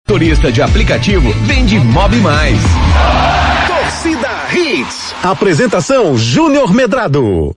Turista de aplicativo vende Mob Mais. Torcida Hits. Apresentação Júnior Medrado.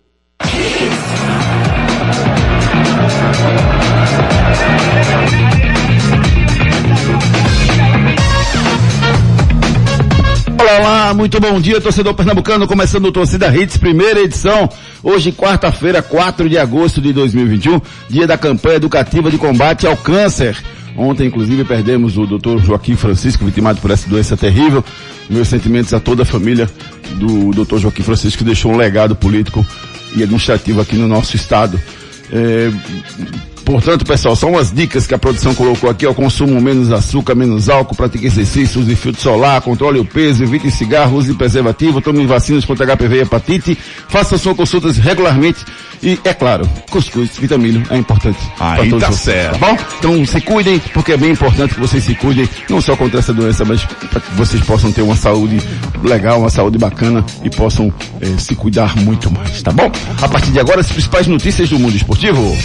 Olá, muito bom dia, torcedor pernambucano, começando o Torcida Hits, primeira edição, hoje quarta-feira, 4 de agosto de 2021, dia da campanha educativa de combate ao câncer. Ontem, inclusive, perdemos o Dr. Joaquim Francisco, vitimado por essa doença terrível. Meus sentimentos a toda a família do Dr. Joaquim Francisco, que deixou um legado político e administrativo aqui no nosso estado. Portanto, pessoal, são umas dicas que a produção colocou aqui, ó: consumo menos açúcar, menos álcool, pratique exercício, use filtro solar, controle o peso, evite cigarro, use preservativo, tome vacinas contra HPV e hepatite, faça suas consultas regularmente e, é claro, cuscuz, vitamina, é importante. Aí tá certo. Tá bom? Então se cuidem, porque é bem importante que vocês se cuidem, não só contra essa doença, mas para que vocês possam ter uma saúde legal, uma saúde bacana e possam se cuidar muito mais, tá bom? A partir de agora, as principais notícias do mundo esportivo.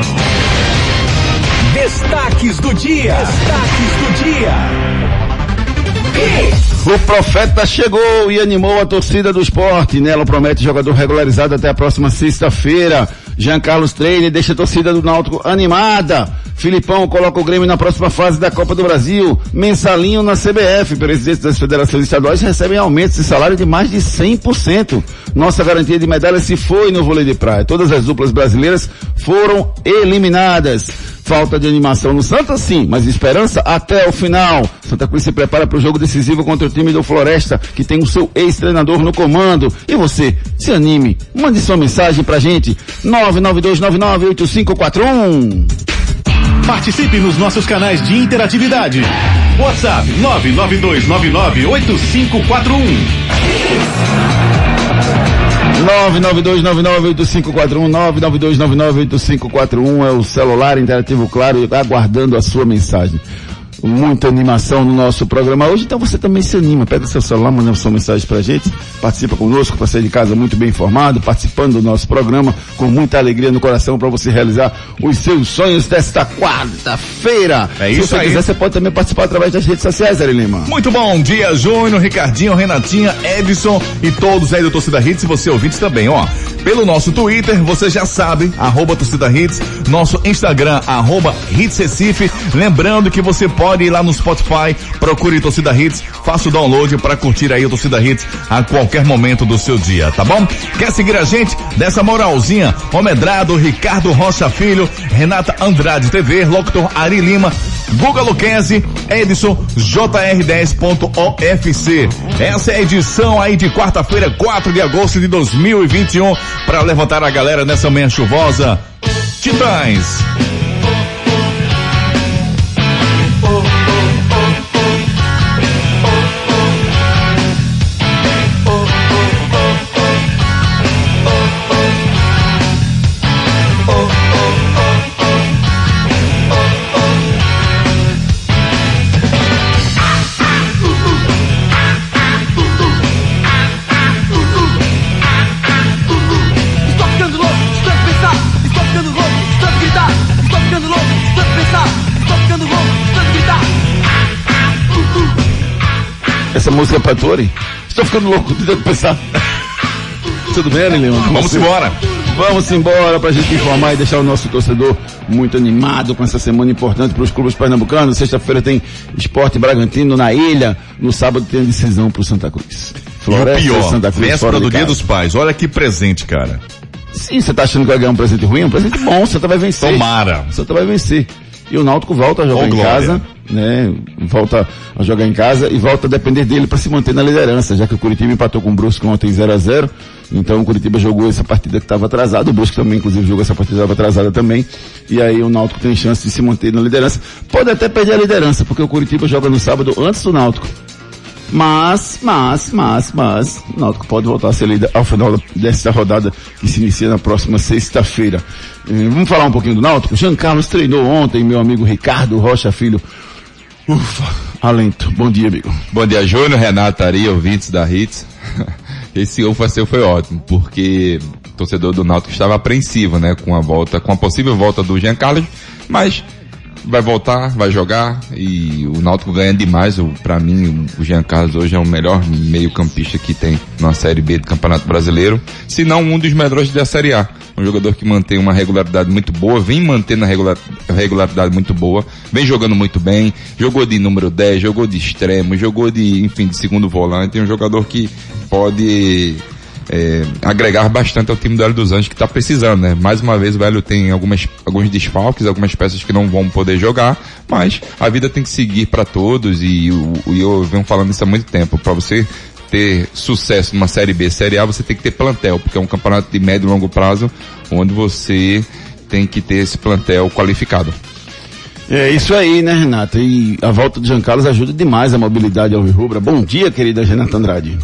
Destaques do dia. O Profeta chegou e animou a torcida do esporte. Nela promete jogador regularizado até a próxima sexta-feira. Jean Carlos treina e deixa a torcida do Náutico animada. Filipão coloca o Grêmio na próxima fase da Copa do Brasil. Mensalinho na CBF. Presidentes das federações estaduais recebem aumentos de salário de mais de 100%. Nossa garantia de medalha se foi no vôlei de praia. Todas as duplas brasileiras foram eliminadas. Falta de animação no Santa, sim, mas esperança até o final. Santa Cruz se prepara para o jogo decisivo contra o time do Floresta, que tem o seu ex-treinador no comando. E você, se anime, mande sua mensagem pra gente, 992998541. Participe nos nossos canais de interatividade. WhatsApp 992998541. 992998541, 992998541 é o celular interativo Claro, aguardando a sua mensagem. Muita animação no nosso programa hoje, então você também se anima, pega seu celular, manda sua mensagem pra gente, participa conosco para sair de casa muito bem informado, participando do nosso programa com muita alegria no coração para você realizar os seus sonhos desta quarta-feira. É isso aí. Se você quiser, você pode também participar através das redes sociais, Ari Lima. Muito bom dia, Júnior, Ricardinho, Renatinha, Edson e todos aí do Torcida Hits e você ouvintes também, ó. Pelo nosso Twitter, você já sabe, @Torcida Hits, nosso Instagram, @Hits Recife. Lembrando que você pode ir lá no Spotify, procure Torcida Hits, faça o download para curtir aí o Torcida Hits a qualquer momento do seu dia, tá bom? Quer seguir a gente? Dessa moralzinha, Medrado, Ricardo Rocha Filho, Renata Andrade TV, Locutor Ari Lima, Guga Luquezzi, Edson, JR10.ofc. Essa é a edição aí de quarta-feira, 4 de agosto de 2021, para levantar a galera nessa manhã chuvosa. Titãs. Essa música é pra Tori? Estou ficando louco, tentando pensar. Tudo bem, Ari Lima? Vamos embora. Vamos embora pra gente informar e deixar o nosso torcedor muito animado com essa semana importante para os clubes pernambucanos. Sexta-feira tem Sport Bragantino na Ilha. No sábado tem a decisão pro Santa Cruz. Floresta, e o pior, Santa Cruz, véspera do Dia dos Pais. Olha que presente, cara. Sim, você tá achando que vai ganhar um presente ruim? Um presente bom, o Santa vai vencer. Tomara. O Santa vai vencer. E o Náutico volta a jogar em casa, né? Volta a jogar em casa e volta a depender dele para se manter na liderança, já que o Curitiba empatou com o Brusque ontem 0-0. Então o Curitiba jogou essa partida que estava atrasada, o Brusque também inclusive jogou essa partida que estava atrasada também. E aí o Náutico tem chance de se manter na liderança. Pode até perder a liderança, porque o Curitiba joga no sábado antes do Náutico. Mas, o Náutico pode voltar a ser líder ao final desta rodada que se inicia na próxima sexta-feira. Vamos falar um pouquinho do Náutico? Jean Carlos treinou ontem, meu amigo Ricardo Rocha Filho. Ufa, alento. Bom dia, amigo. Bom dia, Júnior, Renato, Ari, ouvintes da Hits. Esse ufa seu foi ótimo, porque o torcedor do Náutico estava apreensivo, né, com a possível volta do Jean Carlos, mas vai voltar, vai jogar e o Náutico ganha demais. Pra mim, o Jean Carlos hoje é o melhor meio-campista que tem na Série B do Campeonato Brasileiro, se não um dos melhores da Série A. Um jogador que mantém uma regularidade muito boa, vem mantendo a regularidade muito boa, vem jogando muito bem, jogou de número 10, jogou de extremo, jogou de segundo volante. É um jogador que pode agregar bastante ao time do Hélio dos Anjos, que tá precisando, né? Mais uma vez o Hélio tem alguns desfalques, algumas peças que não vão poder jogar, mas a vida tem que seguir para todos e eu venho falando isso há muito tempo. Para você ter sucesso numa Série B, Série A, você tem que ter plantel, porque é um campeonato de médio e longo prazo, onde você tem que ter esse plantel qualificado. É isso aí, né, Renata? E a volta do Jean Carlos ajuda demais a mobilidade alvirrubra. Bom dia, querida Renata Andrade.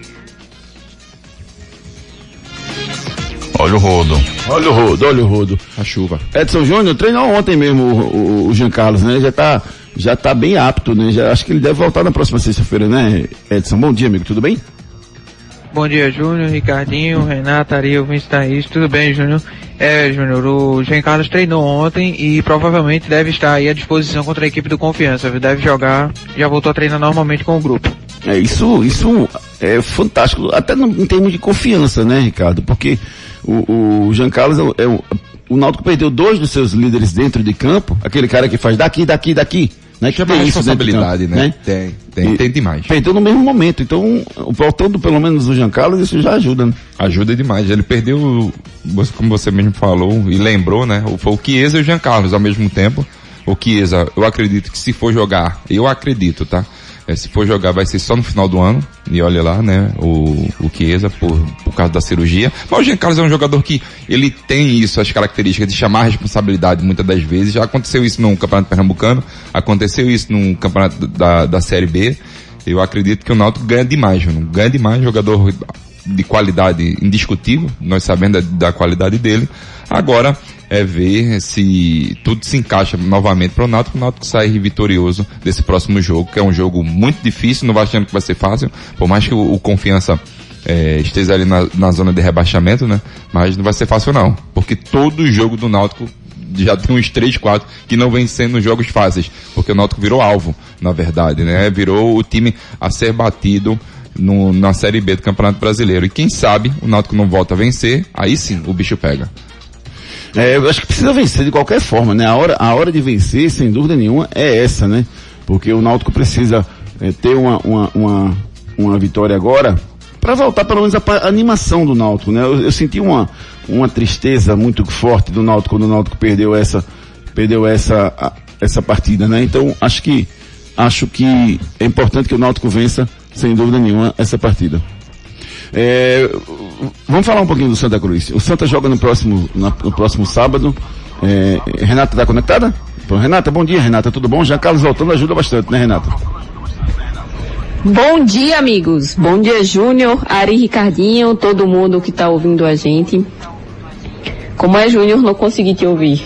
Olha o rodo. Olha o rodo. A chuva. Edson Júnior treinou ontem mesmo o Jean Carlos, né? Já tá bem apto, né? Acho que ele deve voltar na próxima sexta-feira, né, Edson? Bom dia, amigo, tudo bem? Bom dia, Júnior, Ricardinho, Renata, Ari, ouvinte da Ris, tudo bem, Júnior? Júnior, o Jean Carlos treinou ontem e provavelmente deve estar aí à disposição contra a equipe do Confiança, viu? Deve jogar, já voltou a treinar normalmente com o grupo. Isso é fantástico, até em termos de confiança, né, Ricardo? Porque o Jean Carlos o Náutico perdeu 2 dos seus líderes dentro de campo, aquele cara que faz daqui, né? Que tem responsabilidade, campo, né? Tem demais. Perdeu no mesmo momento, então, voltando pelo menos o Jean Carlos, isso já ajuda, né? Ajuda demais. Ele perdeu, como você mesmo falou e lembrou, né? Foi o Chiesa e o Jean Carlos ao mesmo tempo. O Chiesa, eu acredito que se for jogar, tá? Se for jogar vai ser só no final do ano, e olha lá, né, o Chiesa por causa da cirurgia. Mas o Jean Carlos é um jogador que ele tem isso, as características de chamar a responsabilidade muitas das vezes. Já aconteceu isso no Campeonato Pernambucano, aconteceu isso no Campeonato da Série B. Eu acredito que o Náutico ganha demais, jogador de qualidade indiscutível, nós sabemos da qualidade dele. Agora é ver se tudo se encaixa novamente para o Náutico sai vitorioso desse próximo jogo, que é um jogo muito difícil, não vai achando que vai ser fácil, por mais que o Confiança esteja ali na zona de rebaixamento, né? Mas não vai ser fácil não, porque todo jogo do Náutico já tem uns 3, 4 que não vem sendo jogos fáceis, porque o Náutico virou alvo, na verdade, né? Virou o time a ser batido na Série B do Campeonato Brasileiro. E quem sabe o Náutico não volta a vencer, aí sim o bicho pega. Eu acho que precisa vencer de qualquer forma, né? A hora de vencer, sem dúvida nenhuma, é essa, né? Porque o Náutico precisa ter uma vitória agora para voltar pelo menos a animação do Náutico, né? Eu senti uma tristeza muito forte do Náutico quando o Náutico perdeu essa partida, né? Então acho que é importante que o Náutico vença, sem dúvida nenhuma, essa partida. Vamos falar um pouquinho do Santa Cruz. O Santa joga no próximo sábado. Renata está conectada? Renata, bom dia, Renata, tudo bom? Jean Carlos voltando ajuda bastante, né, Renata? Bom dia, amigos. Bom dia, Júnior, Ari, Ricardinho, todo mundo que está ouvindo a gente. Como é, Júnior? Não consegui te ouvir.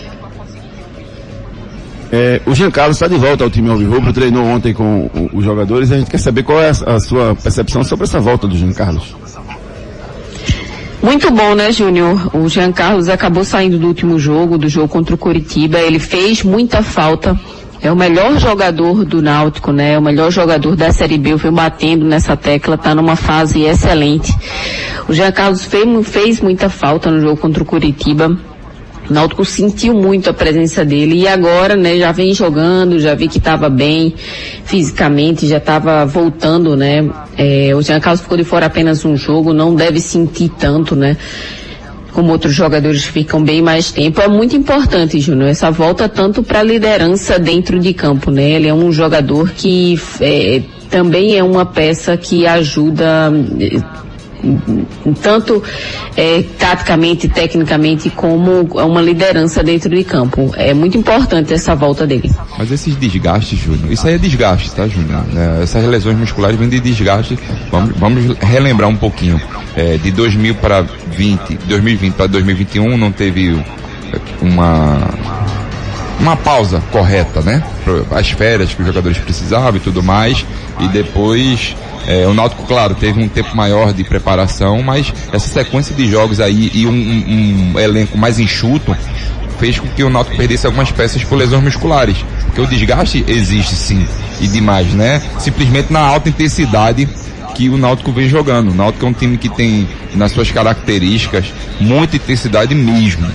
O Jean Carlos está de volta ao time alvirrubro, treinou ontem com os jogadores. A gente quer saber qual é a sua percepção sobre essa volta do Jean Carlos. Muito bom, né, Júnior? O Jean Carlos acabou saindo do último jogo, do jogo contra o Coritiba. Ele fez muita falta. É o melhor jogador do Náutico, né? O melhor jogador da Série B. Eu venho batendo nessa tecla, tá numa fase excelente. O Jean Carlos fez muita falta no jogo contra o Coritiba. O Náutico sentiu muito a presença dele e agora, né, já vem jogando, já vi que estava bem fisicamente, já estava voltando, né? O Jean Carlos ficou de fora apenas um jogo, não deve sentir tanto, né? Como outros jogadores ficam bem mais tempo. É muito importante, Júnior, essa volta tanto para a liderança dentro de campo, né? Ele é um jogador que também é uma peça que ajuda tanto taticamente, tecnicamente, como uma liderança dentro de campo. É muito importante essa volta dele. Mas esses desgastes, Júnior, isso aí é desgaste, tá, Júnior? Essas lesões musculares vêm de desgaste. Vamos relembrar um pouquinho. De 2020 para 2021 não teve uma pausa correta, né? As férias que os jogadores precisavam e tudo mais. E depois o Náutico, claro, teve um tempo maior de preparação, mas essa sequência de jogos aí e um elenco mais enxuto fez com que o Náutico perdesse algumas peças por lesões musculares. Porque o desgaste existe sim, e demais, né? Simplesmente na alta intensidade que o Náutico vem jogando. O Náutico é um time que tem, nas suas características, muita intensidade mesmo.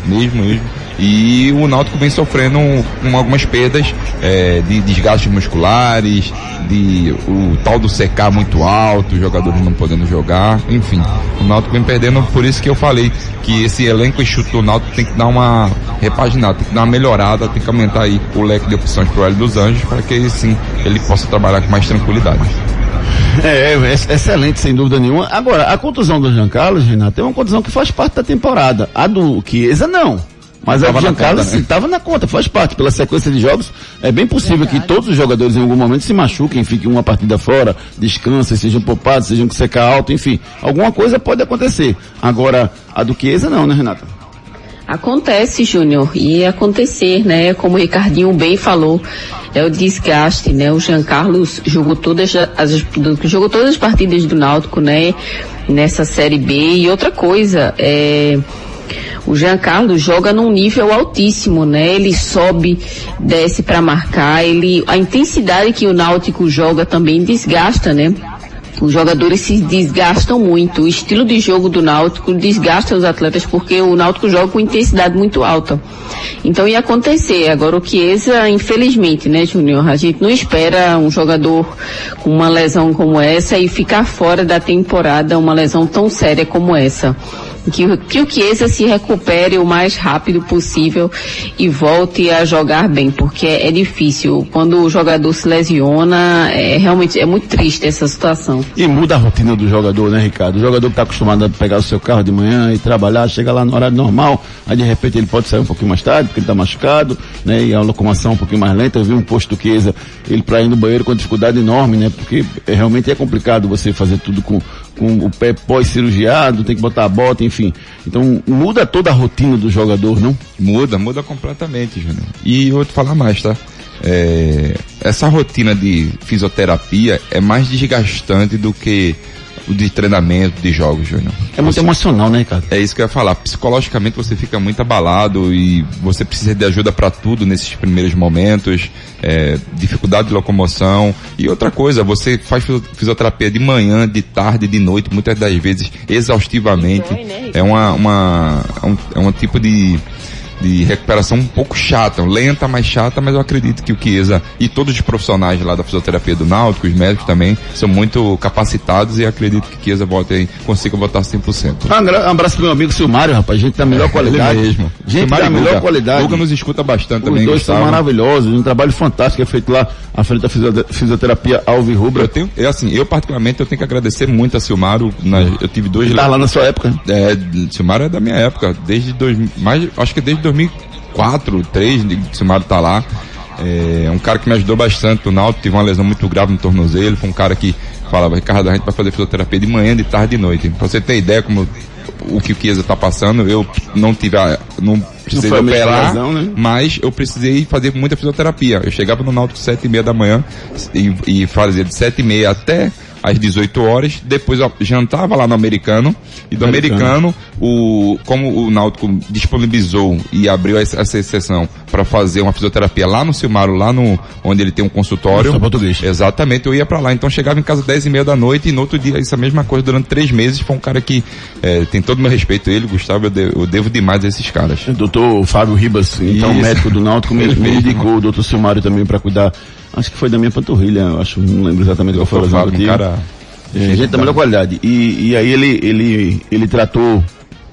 E o Náutico vem sofrendo com algumas perdas de desgastes musculares, de o tal do secar muito alto, os jogadores não podendo jogar, enfim. O Náutico vem perdendo, por isso que eu falei que esse elenco enxuto do Náutico tem que dar uma repaginada, tem que dar uma melhorada, tem que aumentar aí o leque de opções pro Hélio dos Anjos, para que sim ele possa trabalhar com mais tranquilidade. Excelente, sem dúvida nenhuma. Agora, a contusão do Jean Carlos, Renato, é uma contusão que faz parte da temporada. A do Chiesa, não. Mas a do Jean Carlos estava na conta, faz parte. Pela sequência de jogos, é bem possível que todos os jogadores em algum momento se machuquem, fiquem uma partida fora, descansem, sejam poupados, sejam com secar alto, enfim. Alguma coisa pode acontecer. Agora, a do Chiesa não, né, Renata? Acontece, Júnior, e acontecer, né, como o Ricardinho bem falou, é o desgaste, né, o Jean Carlos jogou todas as partidas do Náutico, né, nessa Série B, e outra coisa, o Jean Carlos joga num nível altíssimo, né, ele sobe, desce para marcar, a intensidade que o Náutico joga também desgasta, né. Os jogadores se desgastam muito. O estilo de jogo do Náutico desgasta os atletas porque o Náutico joga com intensidade muito alta. Então ia acontecer. Agora o Chiesa, infelizmente, né, Júnior? A gente não espera um jogador com uma lesão como essa e ficar fora da temporada, uma lesão tão séria como essa. Que o Chiesa se recupere o mais rápido possível e volte a jogar bem, porque é difícil. Quando o jogador se lesiona, realmente é muito triste essa situação. E muda a rotina do jogador, né, Ricardo? O jogador que está acostumado a pegar o seu carro de manhã e trabalhar, chega lá no horário normal, aí de repente ele pode sair um pouquinho mais tarde, porque ele está machucado, né, e a locomoção um pouquinho mais lenta. Eu vi um post do Chiesa, ele para ir no banheiro com dificuldade enorme, né, porque realmente é complicado você fazer tudo com o pé pós-cirurgiado, tem que botar a bota, enfim. Então muda toda a rotina do jogador, não? Muda completamente, Júnior. E eu vou te falar mais, tá? Essa rotina de fisioterapia é mais desgastante do que o de treinamento, de jogos, Júnior. É muito emocional, né, cara? É isso que eu ia falar. Psicologicamente você fica muito abalado e você precisa de ajuda para tudo nesses primeiros momentos, dificuldade de locomoção. E outra coisa, você faz fisioterapia de manhã, de tarde, de noite, muitas das vezes exaustivamente. É um tipo de recuperação um pouco chata, lenta, mas chata, mas eu acredito que o Chiesa e todos os profissionais lá da fisioterapia do Náutico, os médicos também, são muito capacitados e acredito que o Chiesa consiga voltar 100%. Um abraço pro meu amigo Silmário, rapaz, gente da melhor qualidade. Ele mesmo. Gente da melhor qualidade. Guga nos escuta bastante os também, dois Gustavo. São maravilhosos, um trabalho fantástico é feito lá à frente da fisioterapia Alvirrubra. Eu particularmente, eu tenho que agradecer muito a Silmário, eu tive dois... Ele tá lá na sua época? Silmário é da minha época, acho que desde 2004, 2003, o Silmário tá lá. É um cara que me ajudou bastante no Náutico, tive uma lesão muito grave no tornozelo, foi um cara que falava, Ricardo, a gente vai fazer fisioterapia de manhã, de tarde e de noite. Pra você ter ideia como o que o Chiesa tá passando, eu não precisei operar, lesão, né? Mas eu precisei fazer muita fisioterapia. Eu chegava no Náutico 7h30 da manhã e fazia de 7h30 até às 18 horas, depois eu jantava lá no Americano, e do Americano, como o Náutico disponibilizou e abriu essa exceção para fazer uma fisioterapia lá no Silmário, onde ele tem um consultório. Português. Exatamente, eu ia para lá, então chegava em casa 10h30 da noite e no outro dia, essa mesma coisa durante 3 meses, foi um cara que tem todo o meu respeito, ele, Gustavo, eu devo demais a esses caras. O doutor Fábio Ribas, então médico do Náutico, me indicou o doutor Silmário também para cuidar. Acho que foi da minha panturrilha, não lembro exatamente qual foi a lesão que eu tive. Gente da melhor qualidade. E aí ele tratou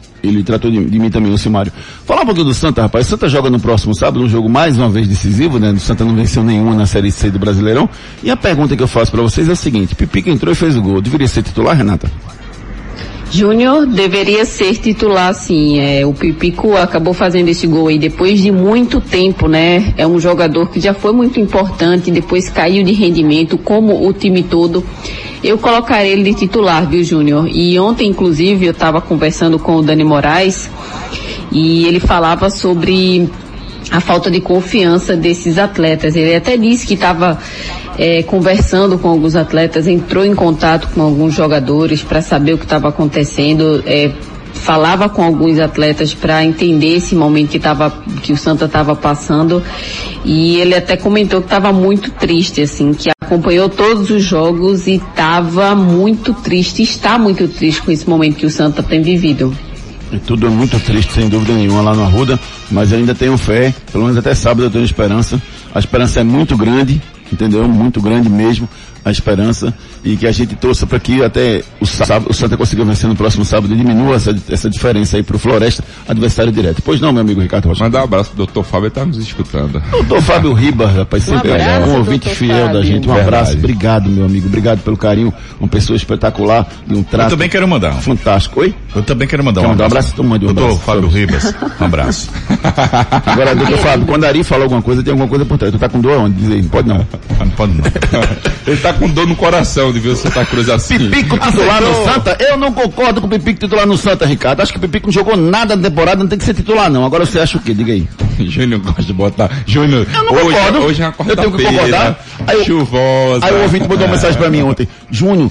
de mim também, o Silmário. Falar um pouquinho do Santa, rapaz. O Santa joga no próximo sábado, um jogo mais uma vez decisivo, né? O Santa não venceu nenhuma na Série C do Brasileirão. E a pergunta que eu faço para vocês é a seguinte: Pipica entrou e fez o gol. Deveria ser titular, Renata? Júnior deveria ser titular, sim. O Pipico acabou fazendo esse gol aí depois de muito tempo, né? É um jogador que já foi muito importante, depois caiu de rendimento, como o time todo. Eu colocaria ele de titular, viu, Júnior? E ontem, inclusive, eu estava conversando com o Dani Moraes e ele falava sobre a falta de confiança desses atletas. Ele até disse que estava conversando com alguns atletas, entrou em contato com alguns jogadores para saber o que estava acontecendo, falava com alguns atletas para entender esse momento que o Santa estava passando, e ele até comentou que estava muito triste, assim, que acompanhou todos os jogos e estava muito triste, está muito triste com esse momento que o Santa tem vivido. Tudo é muito triste, sem dúvida nenhuma, lá no Arruda, mas eu ainda tenho fé, pelo menos até sábado eu tenho esperança. A esperança é muito grande, entendeu? Muito grande mesmo, a esperança, e que a gente torça para que até o Santa consiga vencer no próximo sábado e diminua essa diferença aí pro Floresta, adversário direto. Pois não, meu amigo Ricardo Rocha? Mandar um abraço pro Dr. Fábio, ele tá nos escutando. Doutor Fábio Ribas, rapaz, sempre é um ouvinte fiel Fábio. da gente. Um abraço, obrigado, meu amigo, obrigado pelo carinho, uma pessoa espetacular, de um trato Eu também quero mandar. fantástico. Oi? Eu também quero mandar Quer mandar um abraço? Então mande um Doutor abraço. Fábio Ribas, um abraço. Agora, doutor Fábio, quando a Ari fala alguma coisa, tem alguma coisa por trás. Tu tá com dor onde? Diz aí, não pode não. Não pode não. Ele tá com dor no coração de ver o Santa Cruz assim. Pipico titular no Santa? Eu não concordo com o Pipico titular no Santa, Ricardo. Acho que o Pipico não jogou nada na temporada, não tem que ser titular não. Agora você acha o quê? Diga aí. Júnior gosta de botar. Júnior, Eu não concordo. hoje é uma Eu tenho que quarta-feira, concordar. Aí, chuvosa. Aí o ouvinte mandou uma mensagem pra mim ontem. Júnior,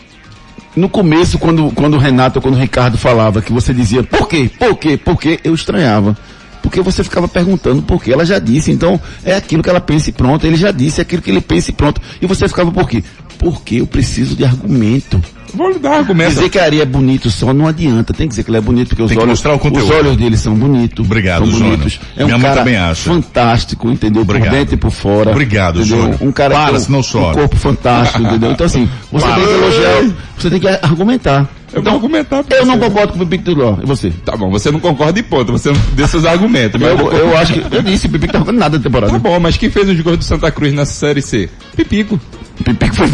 no começo, quando o Renato, quando o Ricardo falava que você dizia, por quê? Por quê? Por quê? Eu estranhava. Porque você ficava perguntando por quê. Ela já disse, então é aquilo que ela pensa e pronto. Ele já disse, é aquilo que ele pensa e pronto. E você ficava por quê? Porque eu preciso de argumento. Vou lhe dar argumento. Dizer que a Ari é bonito só não adianta. Tem que dizer que ele é bonito, porque Tem que mostrar o conteúdo. os olhos dele são bonitos. Obrigado, são bonitos. Júnior. É um Minha mãe cara também acha. fantástico, entendeu? Obrigado. Por dentro e por fora. Obrigado, entendeu? Júnior. Um cara Para, com senão chora. um corpo fantástico, entendeu? Então assim, você Para. tem que elogiar, você tem que argumentar. Eu Então, vou argumentar pra eu não você. concordo com o Pipico titular. E você? Tá bom, você não concorda e ponto, você não dê seus argumentos. Mas Eu acho que, eu disse, o Pipico tá jogando nada da temporada. Tá bom, mas quem fez os gols do Santa Cruz na Série C? Pipico. O Pipico foi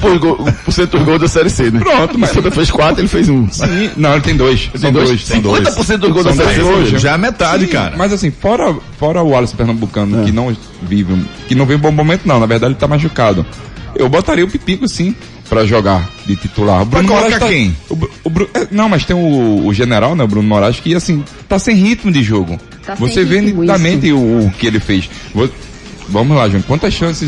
25% dos gols da Série C, né? Pronto, mas- O Santa fez 4, ele fez 1. Sim, não, ele tem dois. São dois? dois. São dois. 50% dos gols da São Série C dois. hoje. Já é metade, Sim, cara. Mas assim, fora o Wallace Pernambucano, que não vive, que não vem um bom momento não, na verdade ele tá machucado. Eu botaria o Pipico sim, pra jogar de titular. O Bruno colocar Moraes tá, quem? Não, mas tem o general, né, o Bruno Moraes, que assim, tá sem ritmo de jogo. Tá Você sem vê ritmo, nitidamente o que ele fez. Vamos lá, Júnior. Quantas chances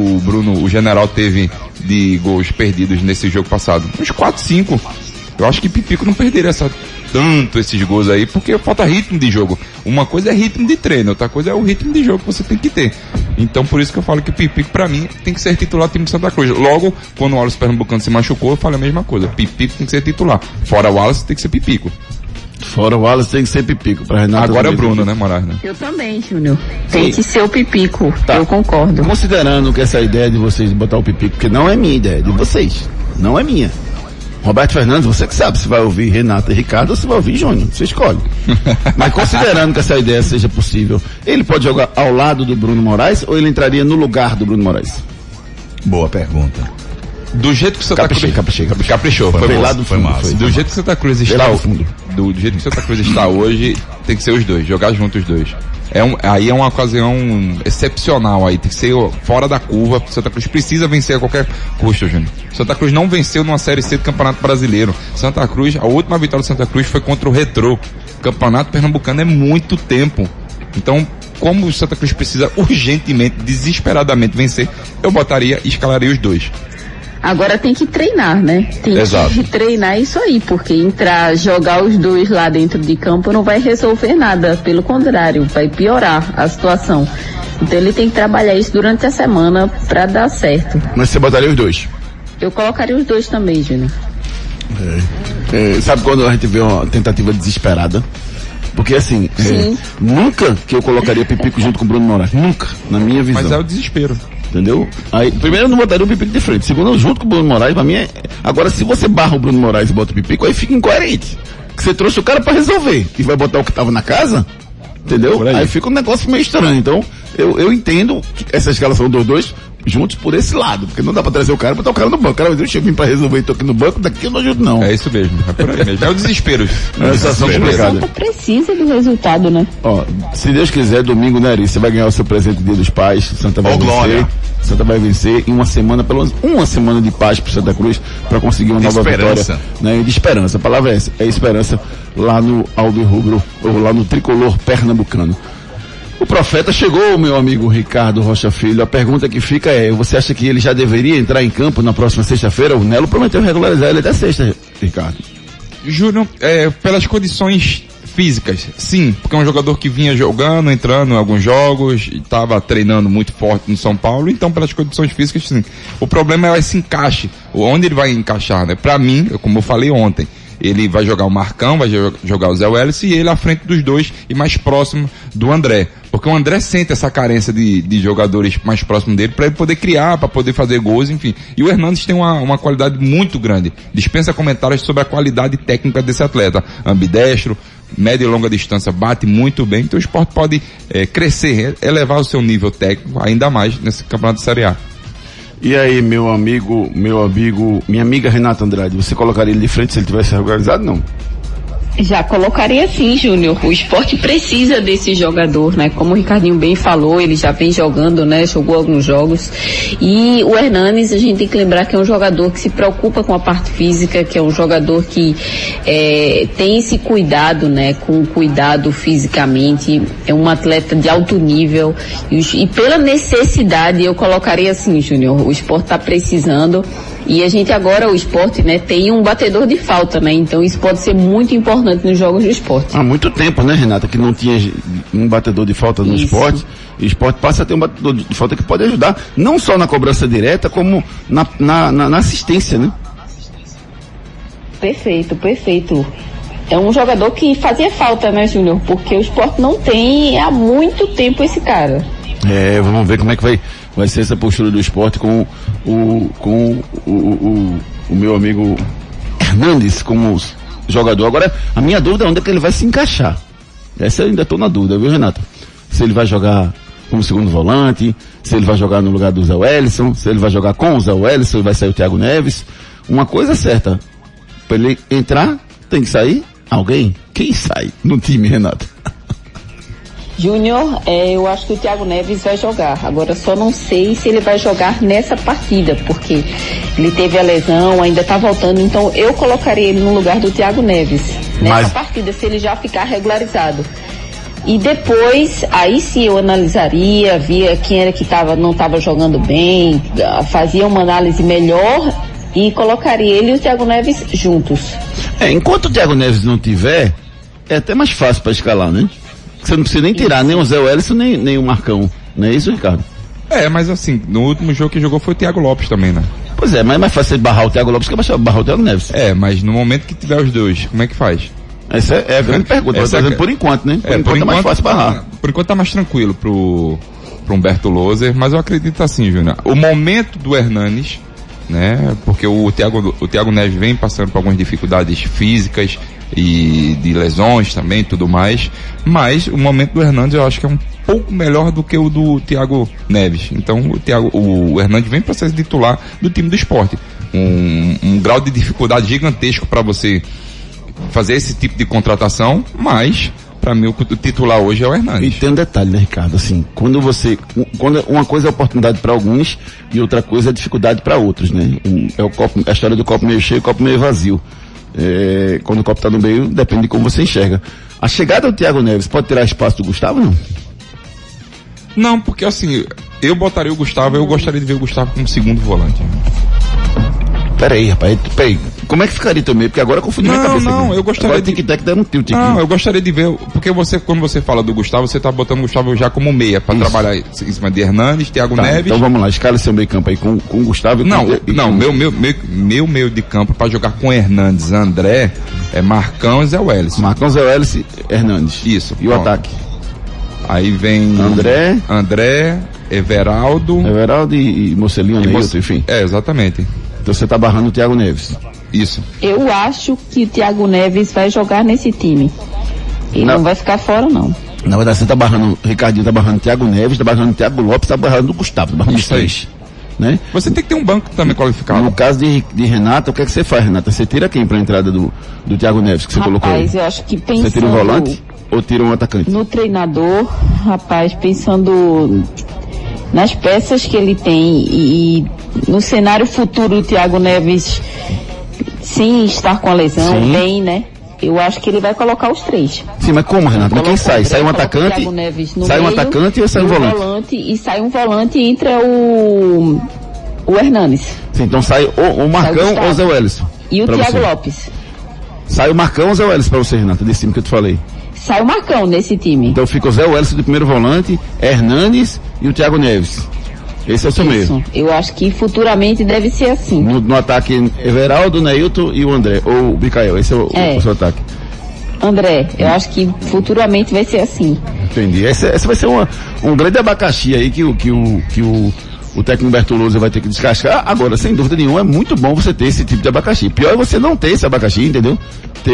o general teve de gols perdidos nesse jogo passado? Uns 4, 5. Eu acho que Pipico não perderia tanto esses gols aí, porque falta ritmo de jogo. Uma coisa é ritmo de treino, outra coisa é o ritmo de jogo que você tem que ter. Então por isso que eu falo que o Pipico, pra mim, tem que ser titular do time de Santa Cruz. Logo, quando o Wallace Pernambucano se machucou, eu falei a mesma coisa. Pipico tem que ser titular. Fora o Wallace, tem que ser Pipico. Fora o Wallace tem que ser Pipico. Pra Renato Agora é o também. Bruno, né, Moraes, né? Eu também, Júnior. Tem Sim. que ser o Pipico. Tá. Eu concordo. Considerando que essa ideia de vocês de botar o Pipico, porque não é minha ideia, é de vocês. Não é minha. Roberto Fernandes, você que sabe se vai ouvir Renato e Ricardo ou se vai ouvir Júnior. Você escolhe. Mas considerando que essa ideia seja possível, ele pode jogar ao lado do Bruno Moraes ou ele entraria no lugar do Bruno Moraes? Boa pergunta. Do jeito que o Santa Cruz... Caprichou. Foi Foi bom, lá do foi fundo, massa. foi. Do jeito que Santa Cruz Veio está lá do fundo. do jeito que Santa Cruz está hoje, tem que ser os dois, jogar juntos os dois. Aí é uma ocasião excepcional aí, tem que ser fora da curva. Santa Cruz precisa vencer a qualquer custo, Júnior. Santa Cruz não venceu numa Série C do Campeonato Brasileiro. Santa Cruz, a última vitória do Santa Cruz foi contra o Retrô. O Campeonato Pernambucano é muito tempo. Então, como o Santa Cruz precisa urgentemente, desesperadamente vencer, eu botaria e escalaria os dois. Agora tem que treinar, né? Tem Exato. que treinar isso aí, porque jogar os dois lá dentro de campo não vai resolver nada. Pelo contrário, vai piorar a situação. Então ele tem que trabalhar isso durante a semana pra dar certo. Mas você botaria os dois? Eu colocaria os dois também, Júnior. Sabe quando a gente vê uma tentativa desesperada? Porque assim, Sim. nunca que eu colocaria Pipico junto com o Bruno Moraes. Nunca, na minha visão. Mas é o desespero. Entendeu? Aí, primeiro eu não botaria o Pipico de frente. Segundo, eu junto com o Bruno Moraes, pra mim é... Agora, se você barra o Bruno Moraes e bota o Pipico, aí fica incoerente. Que você trouxe o cara pra resolver. E vai botar o que tava na casa, entendeu? Aí fica um negócio meio estranho. Então, eu entendo essa escalação dos dois juntos por esse lado. Porque não dá pra trazer o cara e botar o cara no banco. O cara vai dizer, eu vim pra resolver e tô aqui no banco, daqui eu não ajudo não. É isso mesmo, é por aí mesmo. É o desespero. É uma situação complicada. Santa precisa do resultado, né? Ó, se Deus quiser, domingo, né, Ari? Você vai ganhar o seu presente do Dia dos Pais. Santa vai Ó, vencer. glória. Santa vai vencer em uma semana, pelo menos uma semana de paz pro Santa Cruz, pra conseguir uma De nova esperança. vitória. Né? De esperança. A palavra é essa. É esperança lá no Alvirrubro, ou lá no tricolor pernambucano. O profeta chegou, meu amigo Ricardo Rocha Filho. A pergunta que fica é, você acha que ele já deveria entrar em campo na próxima sexta-feira? O Nelo prometeu regularizar ele até sexta, Ricardo. Júnior, pelas condições físicas, sim, porque é um jogador que vinha jogando, entrando em alguns jogos, estava treinando muito forte no São Paulo, então pelas condições físicas, sim. O problema é esse encaixe, onde ele vai encaixar, né? Pra mim, como eu falei ontem, ele vai jogar o Marcão, vai jogar o Zé Welles e ele à frente dos dois e mais próximo do André. Porque o André sente essa carência de jogadores mais próximos dele para ele poder criar, para poder fazer gols, enfim. E o Hernandes tem uma qualidade muito grande. Dispensa comentários sobre a qualidade técnica desse atleta. Ambidestro, média e longa distância, bate muito bem. Então o Sport pode crescer, elevar o seu nível técnico ainda mais nesse campeonato de Série A. E aí, minha amiga Renata Andrade, você colocaria ele de frente se ele tivesse organizado, não? Já colocaria sim, Júnior. O Sport precisa desse jogador, né? Como o Ricardinho bem falou, ele já vem jogando, né? Jogou alguns jogos. E o Hernanes, a gente tem que lembrar que é um jogador que se preocupa com a parte física, que é um jogador que tem esse cuidado, né? Com cuidado fisicamente. É um atleta de alto nível. E pela necessidade, eu colocaria assim, Júnior. O Sport está precisando. E a gente agora, o Sport, né, tem um batedor de falta, né? Então isso pode ser muito importante nos jogos do Sport. Há muito tempo, né, Renata, que não tinha um batedor de falta no Sport. E o Sport passa a ter um batedor de falta que pode ajudar, não só na cobrança direta, como na assistência, né? Perfeito, perfeito. É um jogador que fazia falta, né, Júnior? Porque o Sport não tem há muito tempo esse cara. Vamos ver como é que vai ser essa postura do Sport com o meu amigo Hernandes como jogador. Agora, a minha dúvida é onde é que ele vai se encaixar. Essa eu ainda estou na dúvida, viu, Renato? Se ele vai jogar como segundo volante, se ele vai jogar no lugar do Zé Wellison, se ele vai jogar com o Zé Wellison, se vai sair o Thiago Neves. Uma coisa é certa, para ele entrar, tem que sair alguém. Quem sai no time, Renato? Júnior, eu acho que o Thiago Neves vai jogar. Agora só não sei se ele vai jogar nessa partida, porque ele teve a lesão, ainda está voltando, então eu colocaria ele no lugar do Thiago Neves nessa partida, se ele já ficar regularizado. E depois, aí sim eu analisaria, via quem era que não estava jogando bem, fazia uma análise melhor e colocaria ele e o Thiago Neves juntos. Enquanto o Thiago Neves não tiver, é até mais fácil para escalar, né? Você não precisa nem tirar nem o Zé Wellison, nem o Marcão. Não é isso, Ricardo? Mas assim, no último jogo que jogou foi o Thiago Lopes também, né? Pois é, mas é mais fácil barrar o Thiago Lopes que barrar o Thiago Neves. Mas no momento que tiver os dois, como é que faz? Essa é a grande pergunta. Por enquanto, né? Por enquanto é mais fácil barrar. Por enquanto tá mais tranquilo pro Humberto Loser, mas eu acredito assim, Júnior. O momento do Hernanes, né? Porque o Thiago Neves vem passando por algumas dificuldades físicas e de lesões também, tudo mais, mas o momento do Hernandes eu acho que é um pouco melhor do que o do Thiago Neves. Então o Hernandes vem para ser titular do time do Sport. Um grau de dificuldade gigantesco para você fazer esse tipo de contratação, mas para mim o titular hoje é o Hernandes. E tem um detalhe, né, Ricardo? Assim, quando uma coisa é oportunidade para alguns e outra coisa é dificuldade para outros, né? A história do copo meio cheio e copo meio vazio. Quando o copo está no meio, depende de como você enxerga. A chegada do Thiago Neves pode tirar espaço do Gustavo, não? Não, porque assim, eu botaria o Gustavo, eu gostaria de ver o Gustavo como segundo volante. Peraí, rapaz, como é que ficaria teu meio? Porque agora eu confundi minha cabeça. Não, eu gostaria eu gostaria de ver, porque quando você fala do Gustavo, você tá botando o Gustavo já como meia, pra trabalhar em cima de Hernandes, Thiago Neves. Então vamos lá, escala seu meio campo aí com o Gustavo. Meu meio de campo pra jogar com Hernandes, André, é Marcão e Zé Wellison. Marcão, Zé Wellison, Hernandes. Isso. E o ataque? Aí vem André, Everaldo e Mocelinho, enfim. Exatamente. Então você tá barrando o Thiago Neves. Isso. Eu acho que o Thiago Neves vai jogar nesse time. Ele não vai ficar fora, não. Na verdade, você tá barrando, o Ricardinho tá barrando o Thiago Neves, tá barrando o Thiago Lopes, tá barrando o Gustavo, tá barrando os três. Né? Você tem que ter um banco também qualificado. No caso de Renata, o que é que você faz, Renata? Você tira quem pra entrada do Thiago Neves que você colocou aí? Rapaz, eu acho que pensando... Você tira um volante ou tira um atacante? No treinador, rapaz, pensando nas peças que ele tem e no cenário futuro do Thiago Neves, sem estar com a lesão, bem, né? Eu acho que ele vai colocar os três. Sim, mas como, Renato? Mas quem sai? Sai um atacante? Sai um atacante ou sai um volante? E sai um volante e entra o Hernanes. Sim, então sai o Marcão ou o Zé Wellison? E o Thiago Lopes. Sai o Marcão ou Zé Welles pra você, Renata, desse time que eu te falei? Sai o Marcão nesse time. Então fica o Zé Welles de primeiro volante, Hernanes e o Thiago Neves. Esse é o seu meio. Eu acho que futuramente deve ser assim. No ataque, Everaldo, Neilton e o André, ou o Micael, esse é o seu ataque. André, eu acho que futuramente vai ser assim. Entendi. Essa vai ser um grande abacaxi aí que o técnico Bertoluzzi vai ter que descascar. Agora, sem dúvida nenhuma, é muito bom você ter esse tipo de abacaxi. Pior é você não ter esse abacaxi, entendeu? Ter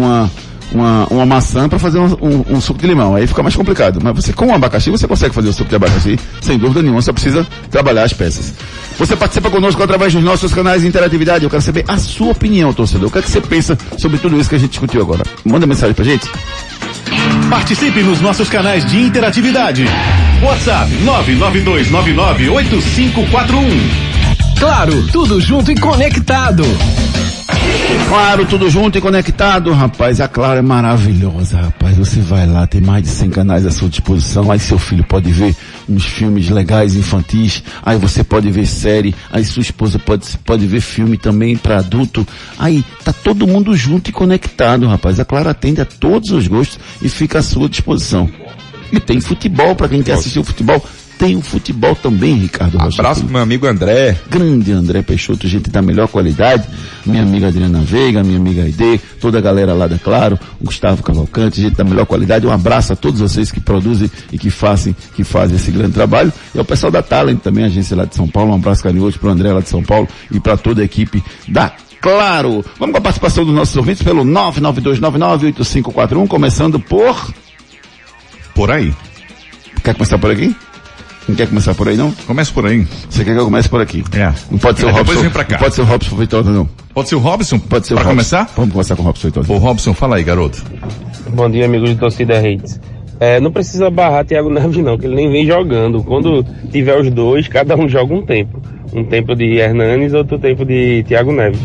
uma maçã para fazer um suco de limão. Aí fica mais complicado. Mas você, com o abacaxi, você consegue fazer o suco de abacaxi, sem dúvida nenhuma, só precisa trabalhar as peças. Você participa conosco através dos nossos canais de interatividade. Eu quero saber a sua opinião, torcedor. O que é que você pensa sobre tudo isso que a gente discutiu agora? Manda mensagem pra gente. Participe nos nossos canais de interatividade. WhatsApp 992998541. Claro, tudo junto e conectado. Claro, tudo junto e conectado, rapaz. A Claro é maravilhosa, rapaz. Você vai lá, tem mais de 100 canais à sua disposição. Aí seu filho pode ver uns filmes legais, infantis. Aí você pode ver série. Aí sua esposa pode ver filme também para adulto. Aí tá todo mundo junto e conectado, rapaz. A Claro atende a todos os gostos e fica à sua disposição. E tem futebol para quem quer assistir o futebol. Tem o futebol também, Ricardo Rocha. Abraço pro meu amigo André. Grande André Peixoto, gente da melhor qualidade. Minha amiga Adriana Veiga, minha amiga Aide, toda a galera lá da Claro, o Gustavo Cavalcante, gente da melhor qualidade. Um abraço a todos vocês que produzem e que fazem esse grande trabalho. E ao pessoal da Talent também, a agência lá de São Paulo. Um abraço carinhoso pro André lá de São Paulo e para toda a equipe da Claro. Vamos com a participação dos nossos ouvintes pelo 992998541, começando por aí. Quer começar por aqui? Não quer começar por aí, não? Começa por aí. Você quer que eu comece por aqui? É. Não pode ser o Robson. Vem pra cá. Não pode ser o Robson Feitosa, não. Pode ser o Robson? Pode ser o Robson. Robson. Começar? Vamos começar com o Robson Feitosa. Ô Robson, fala aí, garoto. Bom dia, amigos de Torcida Hits. Não precisa barrar Thiago Neves não, que ele nem vem jogando. Quando tiver os dois, cada um joga um tempo. Um tempo de Hernanes, outro tempo de Thiago Neves.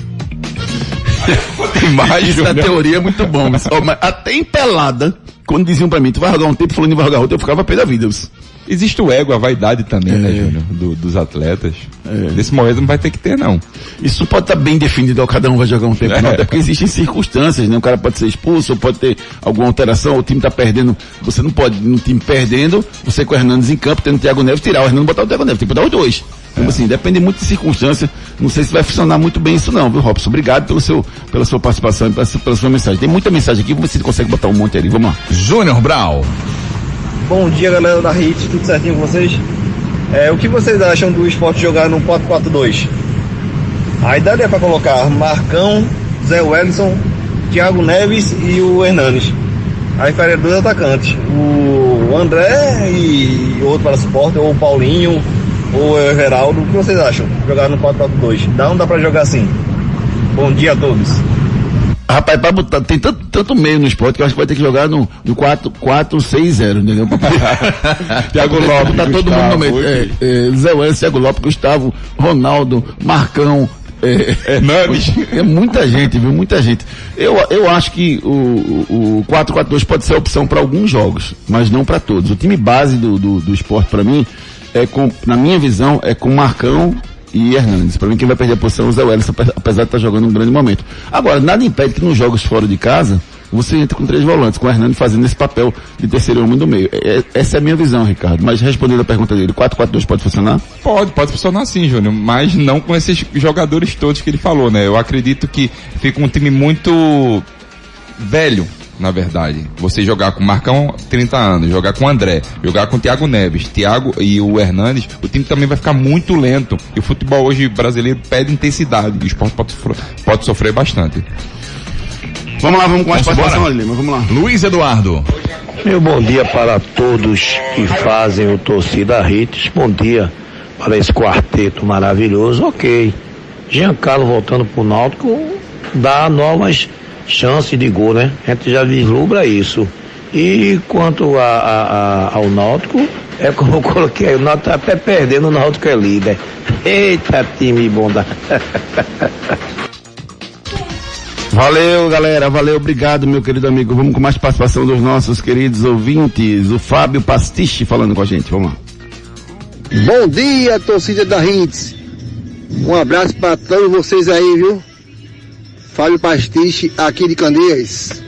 Essa teoria é muito bom. Mas até em pelada, quando diziam pra mim, tu vai jogar um tempo, falando que vai jogar outro, eu ficava pé da vida. Existe o ego, a vaidade também, né, Júnior, dos atletas. Nesse momento não vai ter que ter, não. Isso pode estar bem definido, cada um vai jogar um tempo, não, até porque existem circunstâncias, né? O cara pode ser expulso, ou pode ter alguma alteração, o time tá perdendo, você não pode, no time perdendo, você com o Hernanes em campo, tendo o Thiago Neves, tirar o Hernanes e botar o Thiago Neves, tem que botar os dois. Então, assim, depende muito de circunstância, não sei se vai funcionar muito bem isso não, viu, Robson? Obrigado pela sua participação e pela sua mensagem. Tem muita mensagem aqui, vamos ver se consegue botar um monte ali, vamos lá. Júnior Brau. Bom dia, galera da Hits, tudo certinho com vocês? O que vocês acham do Sport jogar no 4-4-2? Aí daria pra colocar Marcão, Zé Wellison, Thiago Neves e o Hernanes. Aí ficaria dois atacantes, o André e outro para suporte, ou o Paulinho, ou o Everaldo. O que vocês acham? Jogar no 4-4-2? Não dá pra jogar assim. Bom dia a todos. Rapaz, pra botar, tem tanto meio no esporte que eu acho que vai ter que jogar no 4-4-6-0, entendeu? Thiago Lopes, tá todo mundo no meio. Zé Welles, Thiago Lopes, Gustavo, Ronaldo, Marcão, Hernanes. É muita gente, viu? Muita gente. Eu acho que o 4-4-2 pode ser a opção para alguns jogos, mas não para todos. O time base do esporte, para mim, na minha visão, é com Marcão e Hernanes. Para mim, quem vai perder a posição é o Zé Welles, apesar de estar jogando um grande momento. Agora, nada impede que nos jogos fora de casa, você entra com 3 volantes, com o Hernanes fazendo esse papel de terceiro homem do meio. Essa é a minha visão, Ricardo. Mas respondendo a pergunta dele, 4-4-2 pode funcionar? Pode funcionar sim, Júnior, mas não com esses jogadores todos que ele falou, né? Eu acredito que fica um time muito velho, na verdade. Você jogar com o Marcão, 30 anos, jogar com o André, jogar com o Thiago Neves, Thiago e o Hernanes, o time também vai ficar muito lento. E o futebol hoje brasileiro pede intensidade. E o esporte pode sofrer bastante. Vamos lá, vamos com a participação, Lima, vamos lá. Luiz Eduardo. Meu bom dia para todos que fazem o Torcida Hits. Bom dia para esse quarteto maravilhoso. Ok. Giancarlo voltando pro Náutico dá novas chances de gol, né? A gente já vislumbra isso. E quanto ao Náutico, é como eu coloquei aí, o Náutico tá até perdendo, o Náutico é líder. Eita, time bom da... Valeu, galera, valeu, obrigado, meu querido amigo. Vamos com mais participação dos nossos queridos ouvintes. O Fábio Pastiche falando com a gente, vamos lá. Bom dia, torcida da Hits. Um abraço para todos vocês aí, viu? Fábio Pastiche, aqui de Candeias.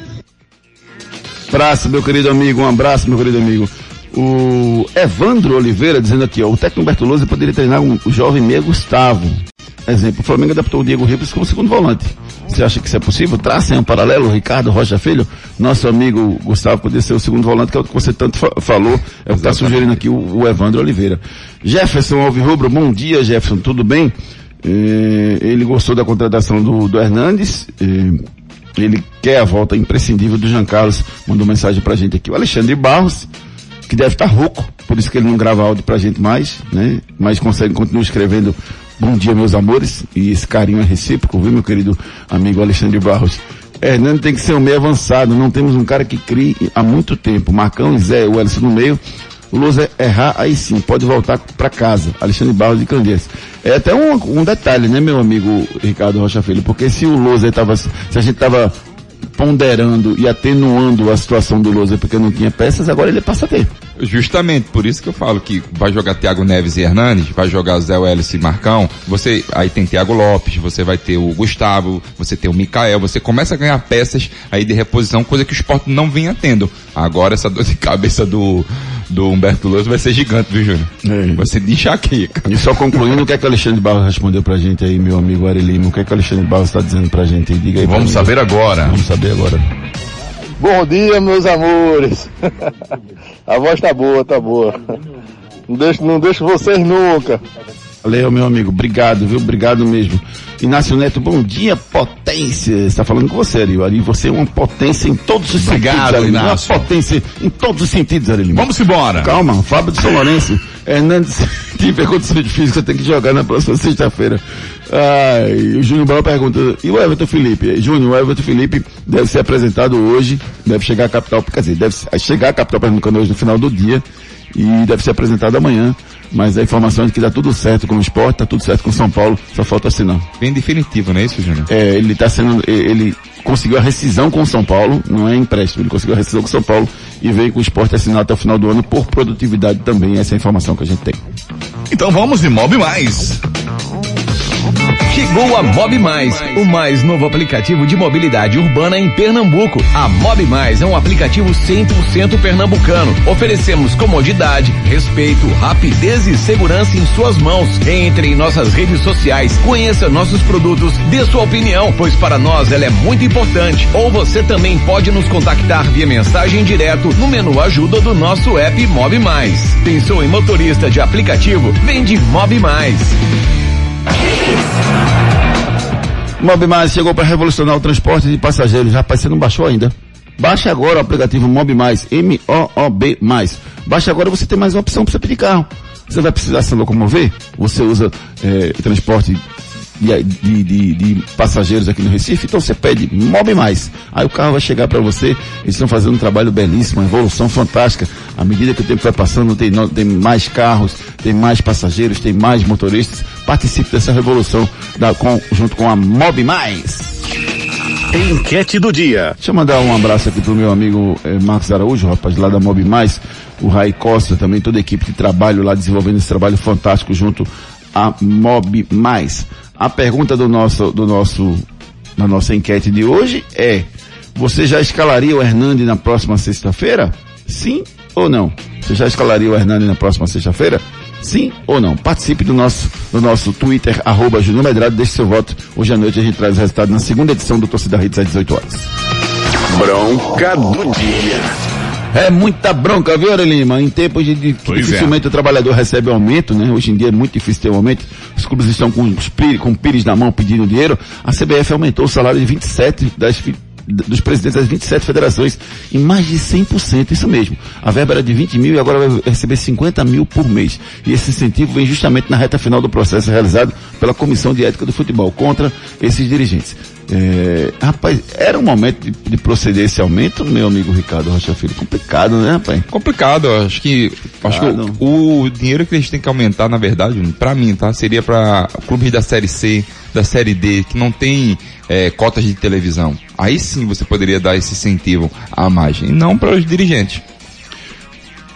Abraço, meu querido amigo, um abraço, meu querido amigo. O Evandro Oliveira dizendo aqui, ó, o técnico Bertolozzi poderia treinar o jovem meia Gustavo. Exemplo, o Flamengo adaptou o Diego Ribas como segundo volante. Você acha que isso é possível? Tracem um paralelo, o Ricardo Rocha Filho, nosso amigo Gustavo poderia ser o segundo volante, que é o que você tanto falou, é o que está sugerindo aqui o Evandro Oliveira. Jefferson Alvirrubro, bom dia, Jefferson, tudo bem? Ele gostou da contratação do Hernandes, ele quer a volta imprescindível do Jean Carlos, mandou mensagem pra gente aqui. O Alexandre Barros, que deve estar rouco, por isso que ele não grava áudio pra gente mais, né? Mas continua escrevendo bom dia, meus amores, e esse carinho é recíproco, viu, meu querido amigo Alexandre Barros? Hernandes tem que ser um meio avançado, não temos um cara que crie há muito tempo. Marcão, Zé, o Ellison no meio, o Lousa errar, aí sim, pode voltar pra casa. Alexandre Barros de Candeias. É até um detalhe, né, meu amigo Ricardo Rocha Filho, porque se o Lousa se a gente tava ponderando e atenuando a situação do Lousa porque não tinha peças, agora ele passa a ter. Justamente, por isso que eu falo que vai jogar Thiago Neves e Hernandes, vai jogar Zé Welles e Marcão, aí tem Thiago Lopes, você vai ter o Gustavo, você tem o Mikael, você começa a ganhar peças aí de reposição, coisa que o Sport não vinha tendo. Agora essa dor de cabeça do Humberto Lousa vai ser gigante, viu, Júnior? Vai ser de enxaqueca. E só concluindo, o que é que o Alexandre Barros respondeu pra gente aí, meu amigo Ari Lima? O que é que o Alexandre Barros está dizendo pra gente aí? Diga aí. Vamos saber agora. Bom dia, meus amores. A voz tá boa. Não deixo vocês nunca. Valeu, meu amigo. Obrigado, viu? Obrigado mesmo. Inácio Neto, bom dia, potência. Está falando com você, Ari. Ari, você é uma potência em todos os sentidos. Obrigado, Inácio. Uma potência em todos os sentidos, Ari Lima. Vamos embora. Calma, Fábio de São Lourenço. Hernandes, tem condição de física, tem que jogar na próxima sexta-feira. O Júnior Bala pergunta, e o Everton Felipe? Júnior, o Everton Felipe deve ser apresentado hoje, deve chegar à capital, quer dizer, deve chegar à capital pernambucana hoje no final do dia, e deve ser apresentado amanhã, mas a informação é de que dá tudo certo com o Sport, tá tudo certo com o São Paulo, só falta assinar. Bem definitivo, não é isso, Júnior? Ele conseguiu a rescisão com o São Paulo, não é empréstimo, ele conseguiu a rescisão com o São Paulo e veio com o Sport assinar até o final do ano por produtividade também, essa é a informação que a gente tem. Então vamos de Mob Mais. Chegou a Mob Mais, o mais novo aplicativo de mobilidade urbana em Pernambuco. A Mob Mais é um aplicativo 100% pernambucano. Oferecemos comodidade, respeito, rapidez e segurança em suas mãos. Entre em nossas redes sociais, conheça nossos produtos, dê sua opinião, pois para nós ela é muito importante. Ou você também pode nos contactar via mensagem direto no menu ajuda do nosso app Mob Mais. Pensou em motorista de aplicativo? Vem de Mob Mais. Mob Mais chegou para revolucionar o transporte de passageiros. Rapaz, você não baixou ainda? Baixe agora o aplicativo Mob Mais, M-O-O-B Mais. Baixe agora, você tem mais uma opção para você pedir carro. Você vai precisar se locomover? Você usa transporte de passageiros aqui no Recife, então você pede Mob Mais. Aí o carro vai chegar para você, eles estão fazendo um trabalho belíssimo, uma evolução fantástica. À medida que o tempo vai passando, tem mais carros, tem mais passageiros, tem mais motoristas. Participe dessa revolução junto com a Mob Mais. Enquete do dia. Deixa eu mandar um abraço aqui pro meu amigo Marcos Araújo, rapaz, lá da Mob Mais, o Rai Costa, também toda a equipe de trabalho lá desenvolvendo esse trabalho fantástico junto a Mob Mais. A pergunta da nossa enquete de hoje é: você já escalaria o Hernandes na próxima sexta-feira? Sim ou não? Você já escalaria o Hernandes na próxima sexta-feira? Sim ou não? Participe do nosso Twitter, @Júnior Medrado, deixe seu voto. Hoje à noite a gente traz o resultado na segunda edição do Torcida Hits às 18 horas. Bronca do dia. É muita bronca, viu, Ari Lima? Em tempos de que dificilmente o trabalhador recebe aumento, né? Hoje em dia é muito difícil ter um aumento. Os clubes estão com o pires na mão pedindo dinheiro. A CBF aumentou o salário de 27 dos presidentes das 27 federações em mais de 100%, isso mesmo. A verba era de 20 mil e agora vai receber 50 mil por mês. E esse incentivo vem justamente na reta final do processo realizado pela Comissão de Ética do Futebol contra esses dirigentes. Rapaz, era um momento de proceder esse aumento, meu amigo Ricardo Rocha Filho. Complicado, né, rapaz? Complicado, acho que o dinheiro que eles têm que aumentar, na verdade, pra mim, tá? Seria pra clubes da Série C, da Série D, que não tem cotas de televisão. Aí sim você poderia dar esse incentivo a mais, e não para os dirigentes.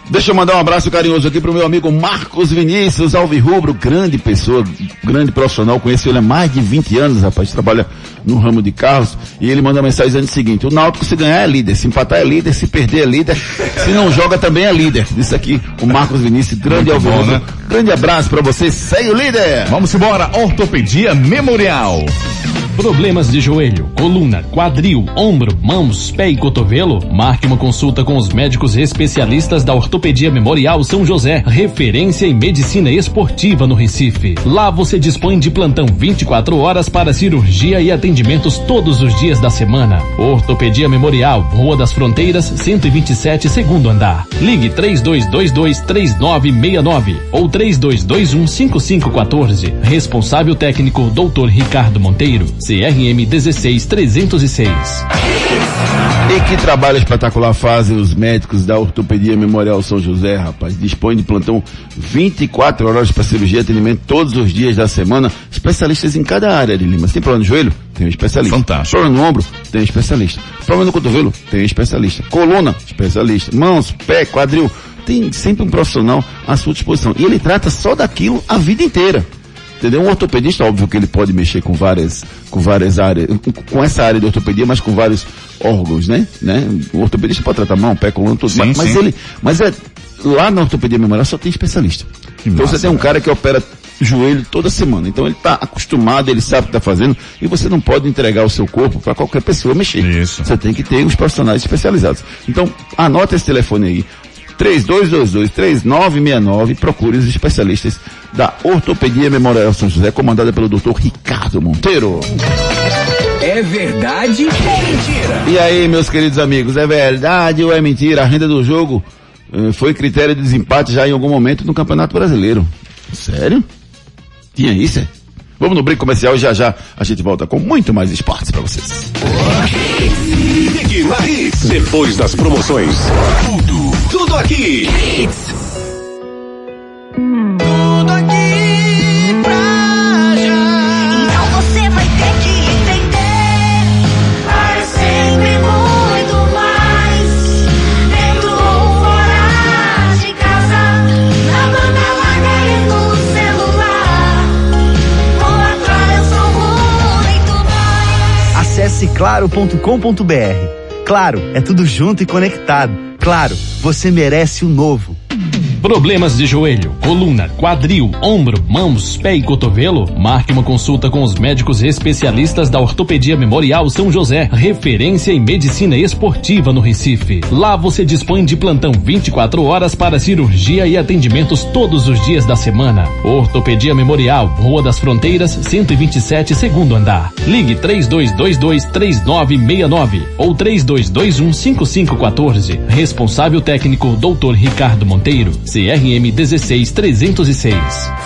Deixa eu mandar um abraço carinhoso aqui pro meu amigo Marcos Vinícius Alvirrubro, grande pessoa, grande profissional, conheço ele há mais de 20 anos, rapaz, trabalha no ramo de carros, e ele manda uma mensagem dizendo o seguinte: o Náutico se ganhar é líder, se empatar é líder, se perder é líder, se não joga também é líder. Isso aqui, o Marcos Vinícius, grande Alvirrubro, né? Grande abraço pra você, segue o líder! Vamos embora, Ortopedia Memorial. Problemas de joelho, coluna, quadril, ombro, mãos, pé e cotovelo? Marque uma consulta com os médicos especialistas da Ortopedia Memorial São José, referência em medicina esportiva no Recife. Lá você dispõe de plantão 24 horas para cirurgia e atendimentos todos os dias da semana. Ortopedia Memorial, Rua das Fronteiras, 127, segundo andar. Ligue 3222-3969 ou 3221-5514. Responsável técnico Dr. Ricardo Monteiro, CRM 16306. E que trabalho espetacular fazem os médicos da Ortopedia Memorial São José, rapaz. Dispõe de plantão 24 horas para cirurgia e atendimento todos os dias da semana. Especialistas em cada área de Lima. Se tem problema no joelho? Tem um especialista. Fantástico. Problema no ombro? Tem um especialista. Problema no cotovelo? Tem um especialista. Coluna? Especialista. Mãos, pé, quadril. Tem sempre um profissional à sua disposição. E ele trata só daquilo a vida inteira. Entendeu? Um ortopedista, óbvio que ele pode mexer com várias áreas, com essa área de ortopedia, mas com vários órgãos, né? O ortopedista pode tratar mão, pé, coluna, tudo. Sim, mas lá na Ortopedia Memorial só tem especialista. Então você tem um cara que opera joelho toda semana. Então ele está acostumado, ele sabe o que está fazendo, e você não pode entregar o seu corpo para qualquer pessoa mexer. Isso. Você tem que ter os profissionais especializados. Então, anota esse telefone aí. 3222-3969, procure os especialistas da Ortopedia Memorial São José, comandada pelo Dr. Ricardo Monteiro. É verdade ou é mentira? E aí, meus queridos amigos, é verdade ou é mentira? A renda do jogo foi critério de desempate já em algum momento no Campeonato Brasileiro. Sério? Tinha isso, é? Vamos no break comercial e já a gente volta com muito mais esportes pra vocês. Depois das promoções, tudo aqui. Tudo aqui pra já. Então você vai ter que entender. Vai sempre muito mais. Dentro ou fora de casa. Na banda larga e no celular. Ou atrás eu sou muito mais. Acesse claro.com.br. Claro, é tudo junto e conectado. Claro, você merece o novo. Problemas de joelho, coluna, quadril, ombro, mãos, pé e cotovelo? Marque uma consulta com os médicos especialistas da Ortopedia Memorial São José, referência em medicina esportiva no Recife. Lá você dispõe de plantão 24 horas para cirurgia e atendimentos todos os dias da semana. Ortopedia Memorial, Rua das Fronteiras, 127, segundo andar. Ligue 3222-3969 ou 3221-5514. Responsável técnico Dr. Ricardo Monteiro, CRM 16306.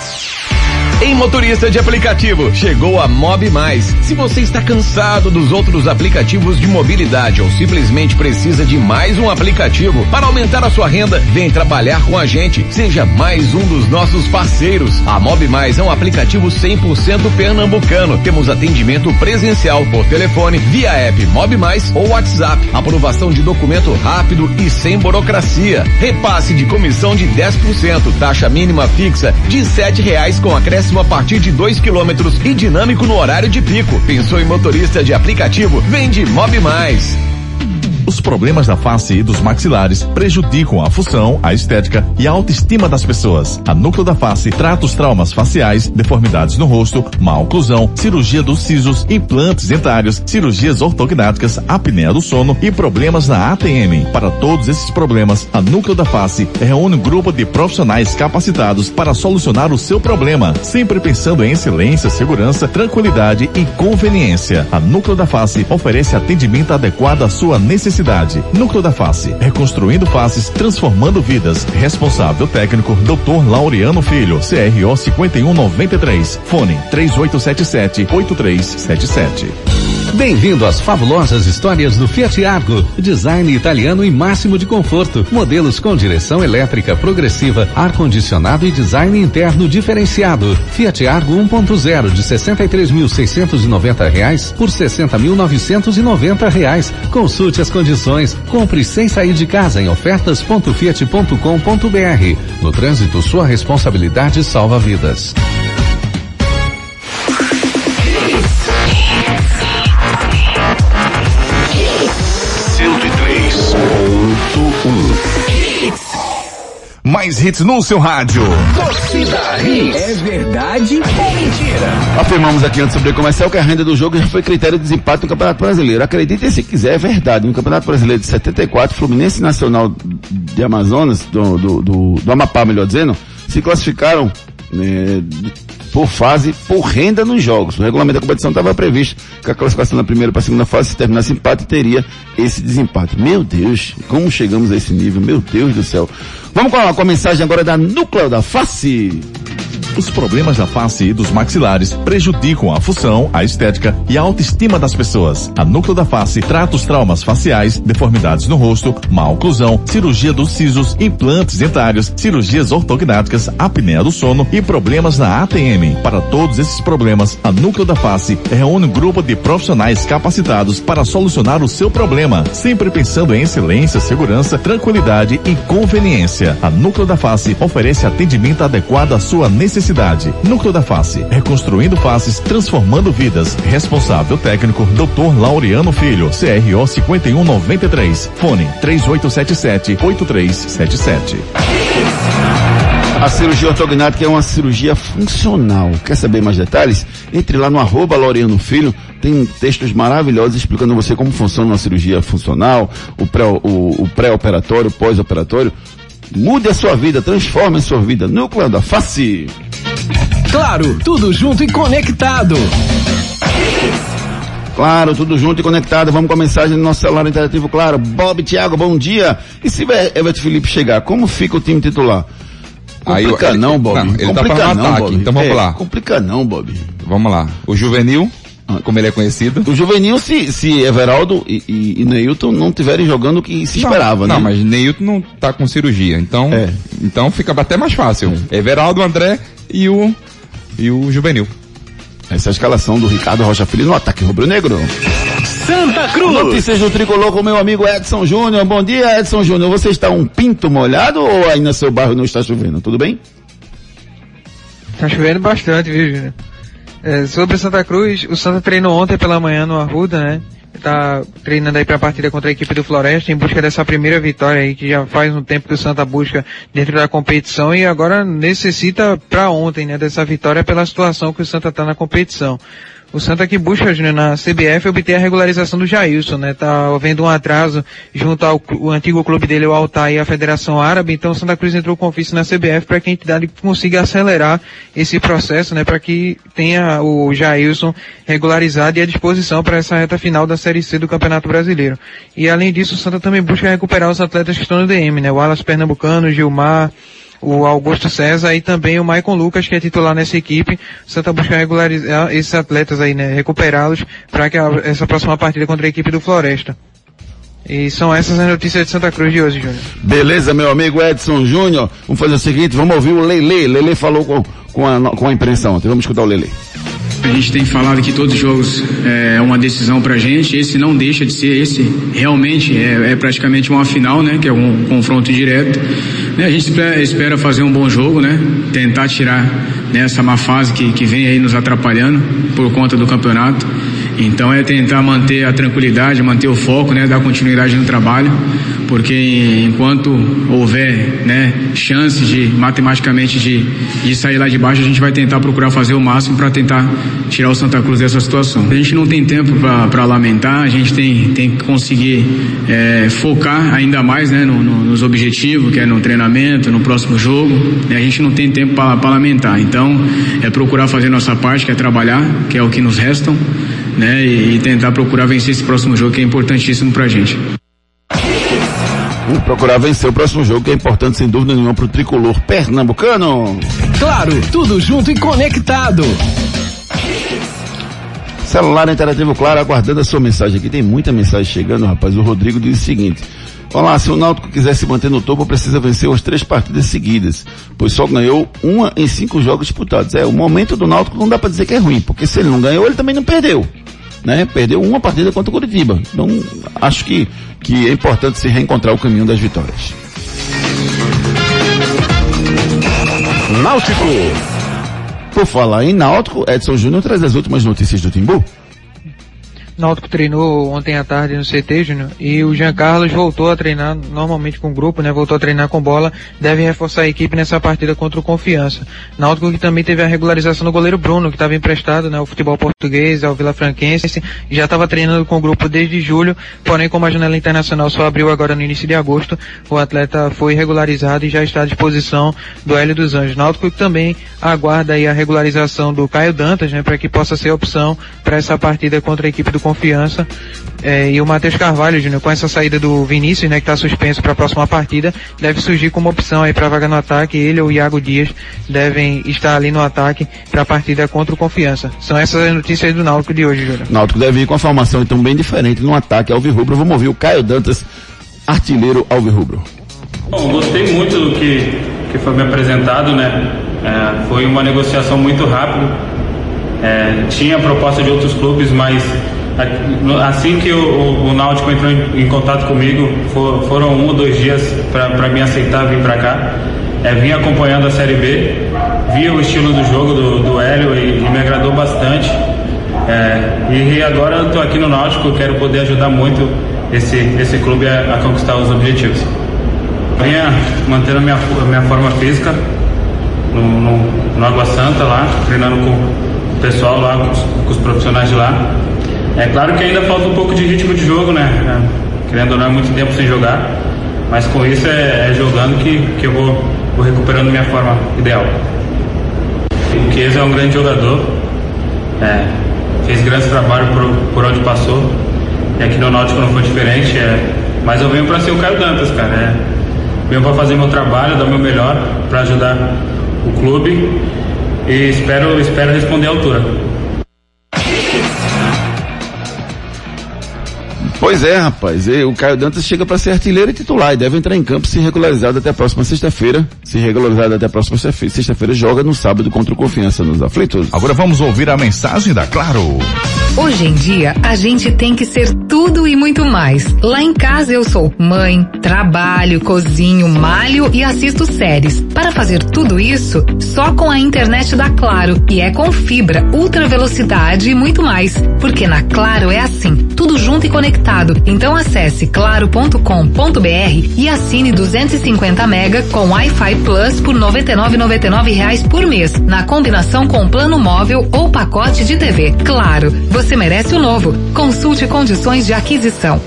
Em motorista de aplicativo, chegou a Mob Mais. Se você está cansado dos outros aplicativos de mobilidade ou simplesmente precisa de mais um aplicativo para aumentar a sua renda, vem trabalhar com a gente. Seja mais um dos nossos parceiros. A Mob Mais é um aplicativo 100% pernambucano. Temos atendimento presencial por telefone, via app Mob Mais ou WhatsApp. Aprovação de documento rápido e sem burocracia. Repasse de comissão de 10%. Taxa mínima fixa de R$7 com acréscimo a partir de 2 quilômetros e dinâmico no horário de pico. Pensou em motorista de aplicativo? Vem de Mob Mais. Os problemas da face e dos maxilares prejudicam a função, a estética e a autoestima das pessoas. A Núcleo da Face trata os traumas faciais, deformidades no rosto, má oclusão, cirurgia dos sisos, implantes dentários, cirurgias ortognáticas, apneia do sono e problemas na ATM. Para todos esses problemas, a Núcleo da Face reúne um grupo de profissionais capacitados para solucionar o seu problema, sempre pensando em excelência, segurança, tranquilidade e conveniência. A Núcleo da Face oferece atendimento adequado à sua necessidade. Núcleo da Face, reconstruindo faces, transformando vidas. Responsável técnico, Dr. Laureano Filho, CRO 5193. Fone 3877-8377. Bem-vindo às fabulosas histórias do Fiat Argo. Design italiano e máximo de conforto. Modelos com direção elétrica progressiva, ar-condicionado e design interno diferenciado. Fiat Argo 1.0 de R$63.690 por R$60.990. Consulte as condições. Compre sem sair de casa em ofertas.fiat.com.br. No trânsito, sua responsabilidade salva vidas. Mais hits no seu rádio. Torcida Hits. É verdade ou mentira? Afirmamos aqui antes sobre comercial que a renda do jogo já foi critério de desempate no Campeonato Brasileiro. Acreditem se quiser, é verdade. No Campeonato Brasileiro de 74, Fluminense Nacional de Amazonas, do Amapá, melhor dizendo, se classificaram por fase, por renda nos jogos. O regulamento da competição estava previsto que a classificação da primeira para a segunda fase, se terminasse empate, teria esse desempate. Meu Deus, como chegamos a esse nível? Meu Deus do céu. Vamos com a mensagem agora da Núcleo da Face. Os problemas da face e dos maxilares prejudicam a função, a estética e a autoestima das pessoas. A Núcleo da Face trata os traumas faciais, deformidades no rosto, má oclusão, cirurgia dos sisos, implantes dentários, cirurgias ortognáticas, apneia do sono e problemas na ATM. Para todos esses problemas, a Núcleo da Face reúne um grupo de profissionais capacitados para solucionar o seu problema, sempre pensando em excelência, segurança, tranquilidade e conveniência. A Núcleo da Face oferece atendimento adequado à sua necessidade. Núcleo da Face, reconstruindo faces, transformando vidas. Responsável técnico, Dr. Laureano Filho, CRO 5193. Fone 3877-8377. A cirurgia ortognática é uma cirurgia funcional. Quer saber mais detalhes? Entre lá no @Laureano Filho, tem textos maravilhosos explicando a você como funciona uma cirurgia funcional, o pré-operatório, o pós-operatório. Mude a sua vida, transforme a sua vida. Núcleo da Face. Claro, tudo junto e conectado. Claro, tudo junto e conectado. Vamos com a mensagem do nosso celular interativo, claro. Bob, Thiago, bom dia. E se Everton Felipe chegar, como fica o time titular? Complica não, Bob. Não, ele complica tá não, ataque, Bob. então vamos lá. Complica não, Bob. Vamos lá. O Juvenil, como ele é conhecido. O Juvenil, se Everaldo e Neilton não tiverem jogando o que se esperava, né? Não, mas Neilton não tá com cirurgia, então fica até mais fácil. Everaldo, André e o Juvenil. Essa é a escalação do Ricardo Rocha Filho no ataque rubro-negro. Santa Cruz. Notícias do Tricolor com meu amigo Edson Júnior. Bom dia, Edson Júnior. Você está um pinto molhado ou aí no seu bairro não está chovendo? Tudo bem? Tá chovendo bastante, viu, Júnior? Sobre Santa Cruz, o Santa treinou ontem pela manhã no Arruda, né? Tá treinando aí pra partida contra a equipe do Floresta, em busca dessa primeira vitória aí, que já faz um tempo que o Santa busca dentro da competição e agora necessita pra ontem, né, dessa vitória pela situação que o Santa tá na competição. O Santa que busca, Júnior, na CBF obter a regularização do Jailson, né? Tá havendo um atraso junto ao antigo clube dele, o Altai, e a Federação Árabe. Então o Santa Cruz entrou com ofício na CBF para que a entidade consiga acelerar esse processo, né? Para que tenha o Jailson regularizado e à disposição para essa reta final da Série C do Campeonato Brasileiro. E além disso, o Santa também busca recuperar os atletas que estão no DM, né? O Alas Pernambucano, o Gilmar, o Augusto César e também o Maicon Lucas, que é titular nessa equipe. O Santa busca regularizar esses atletas aí, né? Recuperá-los para que essa próxima partida contra a equipe do Floresta. E são essas as notícias de Santa Cruz de hoje, Júnior. Beleza, meu amigo Edson Júnior. Vamos fazer o seguinte, vamos ouvir o Lele. Lele falou com a imprensa ontem. Vamos escutar o Lele. A gente tem falado que todos os jogos é uma decisão pra gente, esse não deixa de ser, esse realmente é praticamente uma final, né, que é um confronto direto, né, a gente espera fazer um bom jogo, né, tentar tirar, né, essa má fase que vem aí nos atrapalhando por conta do campeonato. Então é tentar manter a tranquilidade, manter o foco, né, dar continuidade no trabalho, porque enquanto houver, né, chances de matematicamente de sair lá de baixo, a gente vai tentar procurar fazer o máximo para tentar tirar o Santa Cruz dessa situação. A gente não tem tempo para lamentar, a gente tem que conseguir focar ainda mais, né, nos objetivos, que é no treinamento, no próximo jogo, né, a gente não tem tempo para lamentar. Então é procurar fazer nossa parte, que é trabalhar, que é o que nos restam, né, e tentar procurar vencer esse próximo jogo, que é importantíssimo pra gente. Procurar vencer o próximo jogo, que é importante sem dúvida nenhuma pro tricolor pernambucano. Claro, tudo junto e conectado. Celular interativo Claro, aguardando a sua mensagem aqui. Tem muita mensagem chegando, rapaz. O Rodrigo diz o seguinte: olá, se o Náutico quiser se manter no topo, precisa vencer as 3 partidas seguidas, pois só ganhou 1 em 5 jogos disputados. O momento do Náutico não dá pra dizer que é ruim, porque se ele não ganhou, ele também não perdeu, né? Perdeu uma partida contra o Curitiba. Então, acho que é importante se reencontrar o caminho das vitórias. Náutico. Por falar em Náutico, Edson Júnior traz as últimas notícias do Timbu. Náutico treinou ontem à tarde no CT, Júnior, e o Jean Carlos voltou a treinar normalmente com o grupo, né? Voltou a treinar com bola, deve reforçar a equipe nessa partida contra o Confiança. Náutico que também teve a regularização do goleiro Bruno, que estava emprestado, né, ao futebol português, ao Vila Franquense, e já estava treinando com o grupo desde julho, porém como a janela internacional só abriu agora no início de agosto, o atleta foi regularizado e já está à disposição do Hélio dos Anjos. Náutico que também aguarda aí a regularização do Caio Dantas, né, para que possa ser opção para essa partida contra a equipe do Confiança, e o Matheus Carvalho, Júnior, com essa saída do Vinícius, né, que está suspenso para a próxima partida, deve surgir como opção aí para a vaga no ataque. Ele ou o Iago Dias devem estar ali no ataque para a partida contra o Confiança. São essas as notícias do Náutico de hoje, Júnior. Náutico deve ir com a formação então bem diferente no ataque alvirrubro. Vamos ouvir o Caio Dantas, artilheiro alvirrubro. Bom, gostei muito do que foi me apresentado, né? Foi uma negociação muito rápida. Tinha proposta de outros clubes, mas assim que o Náutico entrou em contato comigo, foram 1 ou 2 dias para me aceitar vir para cá. Vim acompanhando a Série B, vi o estilo do jogo do Hélio e me agradou bastante. E agora eu estou aqui no Náutico, quero poder ajudar muito esse clube a conquistar os objetivos. Vinha mantendo a minha forma física no Água Santa lá, treinando com o pessoal lá, com os profissionais de lá. É claro que ainda falta um pouco de ritmo de jogo, né? Querendo ou não, é muito tempo sem jogar, mas com isso é jogando que eu vou recuperando minha forma ideal. O Chiesa é um grande jogador, fez grandes trabalhos por onde passou, e aqui no Náutico não foi diferente, mas eu venho para ser o Caio Dantas, cara. Venho para fazer meu trabalho, dar o meu melhor para ajudar o clube e espero responder à altura. Pois é, rapaz, o Caio Dantas chega para ser artilheiro e titular e deve entrar em campo se regularizado até a próxima sexta-feira. Se regularizado até a próxima sexta-feira, joga no sábado contra o Confiança nos Aflitos. Agora vamos ouvir a mensagem da Claro. Hoje em dia, a gente tem que ser tudo e muito mais. Lá em casa eu sou mãe, trabalho, cozinho, malho e assisto séries. Para fazer tudo isso, só com a internet da Claro, e é com fibra, ultra velocidade e muito mais. Porque na Claro é assim, tudo junto e conectado. Então acesse claro.com.br e assine 250 mega com Wi-Fi Plus por R$ 99,99 por mês, na combinação com plano móvel ou pacote de TV. Claro, você merece o novo. Consulte condições de aquisição.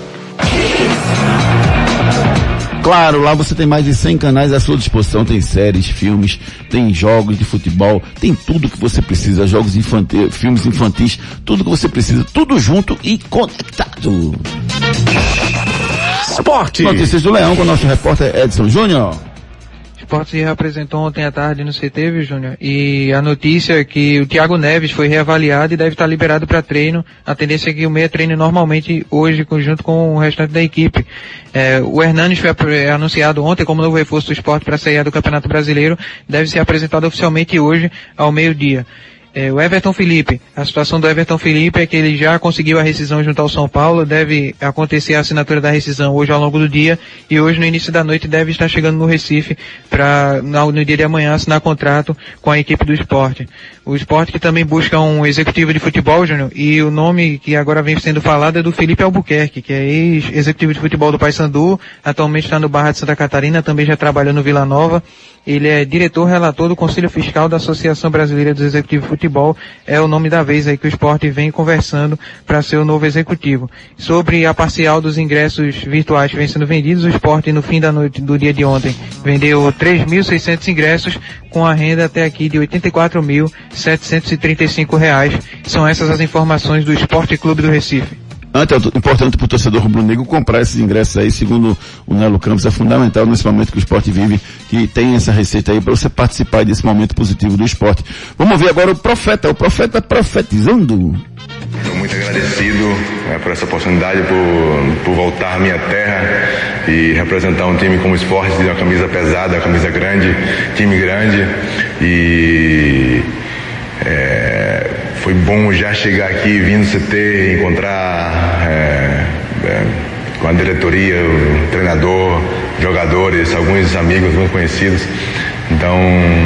Claro, lá você tem mais de 100 canais à sua disposição, tem séries, filmes, tem jogos de futebol, tem tudo que você precisa, jogos infantis, filmes infantis, tudo que você precisa, tudo junto e conectado. Esporte. Notícias do Leão com o nosso repórter Edson Júnior. Esporte se reapresentou ontem à tarde no CT, viu, Júnior? E a notícia é que o Thiago Neves foi reavaliado e deve estar liberado para treino. A tendência é que o meia treine normalmente hoje, junto com o restante da equipe. O Hernanes foi anunciado ontem como novo reforço do Esporte para a Série A do Campeonato Brasileiro. Deve ser apresentado oficialmente hoje, ao meio-dia. O Everton Felipe, a situação do Everton Felipe é que ele já conseguiu a rescisão junto ao São Paulo, deve acontecer a assinatura da rescisão hoje ao longo do dia, e hoje no início da noite deve estar chegando no Recife para no dia de amanhã assinar contrato com a equipe do Sport. O Sport que também busca um executivo de futebol, Júnior, e o nome que agora vem sendo falado é do Felipe Albuquerque, que é ex-executivo de futebol do Paysandu, atualmente está no Barra de Santa Catarina, também já trabalhou no Vila Nova. Ele é diretor-relator do Conselho Fiscal da Associação Brasileira dos Executivos de Futebol. É o nome da vez aí que o Sport vem conversando para ser o novo executivo. Sobre a parcial dos ingressos virtuais que vem sendo vendidos, o Sport no fim da noite do dia de ontem vendeu 3.600 ingressos com a renda até aqui de R$ 84.735. São essas as informações do Esporte Clube do Recife. É importante para o torcedor rubro-negro comprar esses ingressos aí, segundo o Nelo Campos, é fundamental nesse momento que o esporte vive, que tem essa receita aí para você participar desse momento positivo do esporte. Vamos ver agora o profeta profetizando. muito agradecido por essa oportunidade, por voltar à minha terra e representar um time como o Sport, de uma camisa pesada, uma camisa grande, time grande. E foi bom já chegar aqui, vir no CT, encontrar com a diretoria, o treinador, jogadores, alguns amigos muito conhecidos. Então,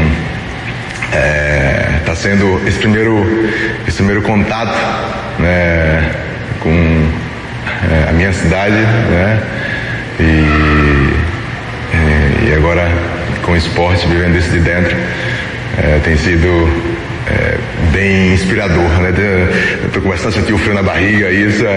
está sendo esse primeiro contato, né, com a minha cidade, né, e agora com o esporte, vivendo isso de dentro, tem sido bem inspirador, né? Eu tô começando a sentir o frio na barriga, e isso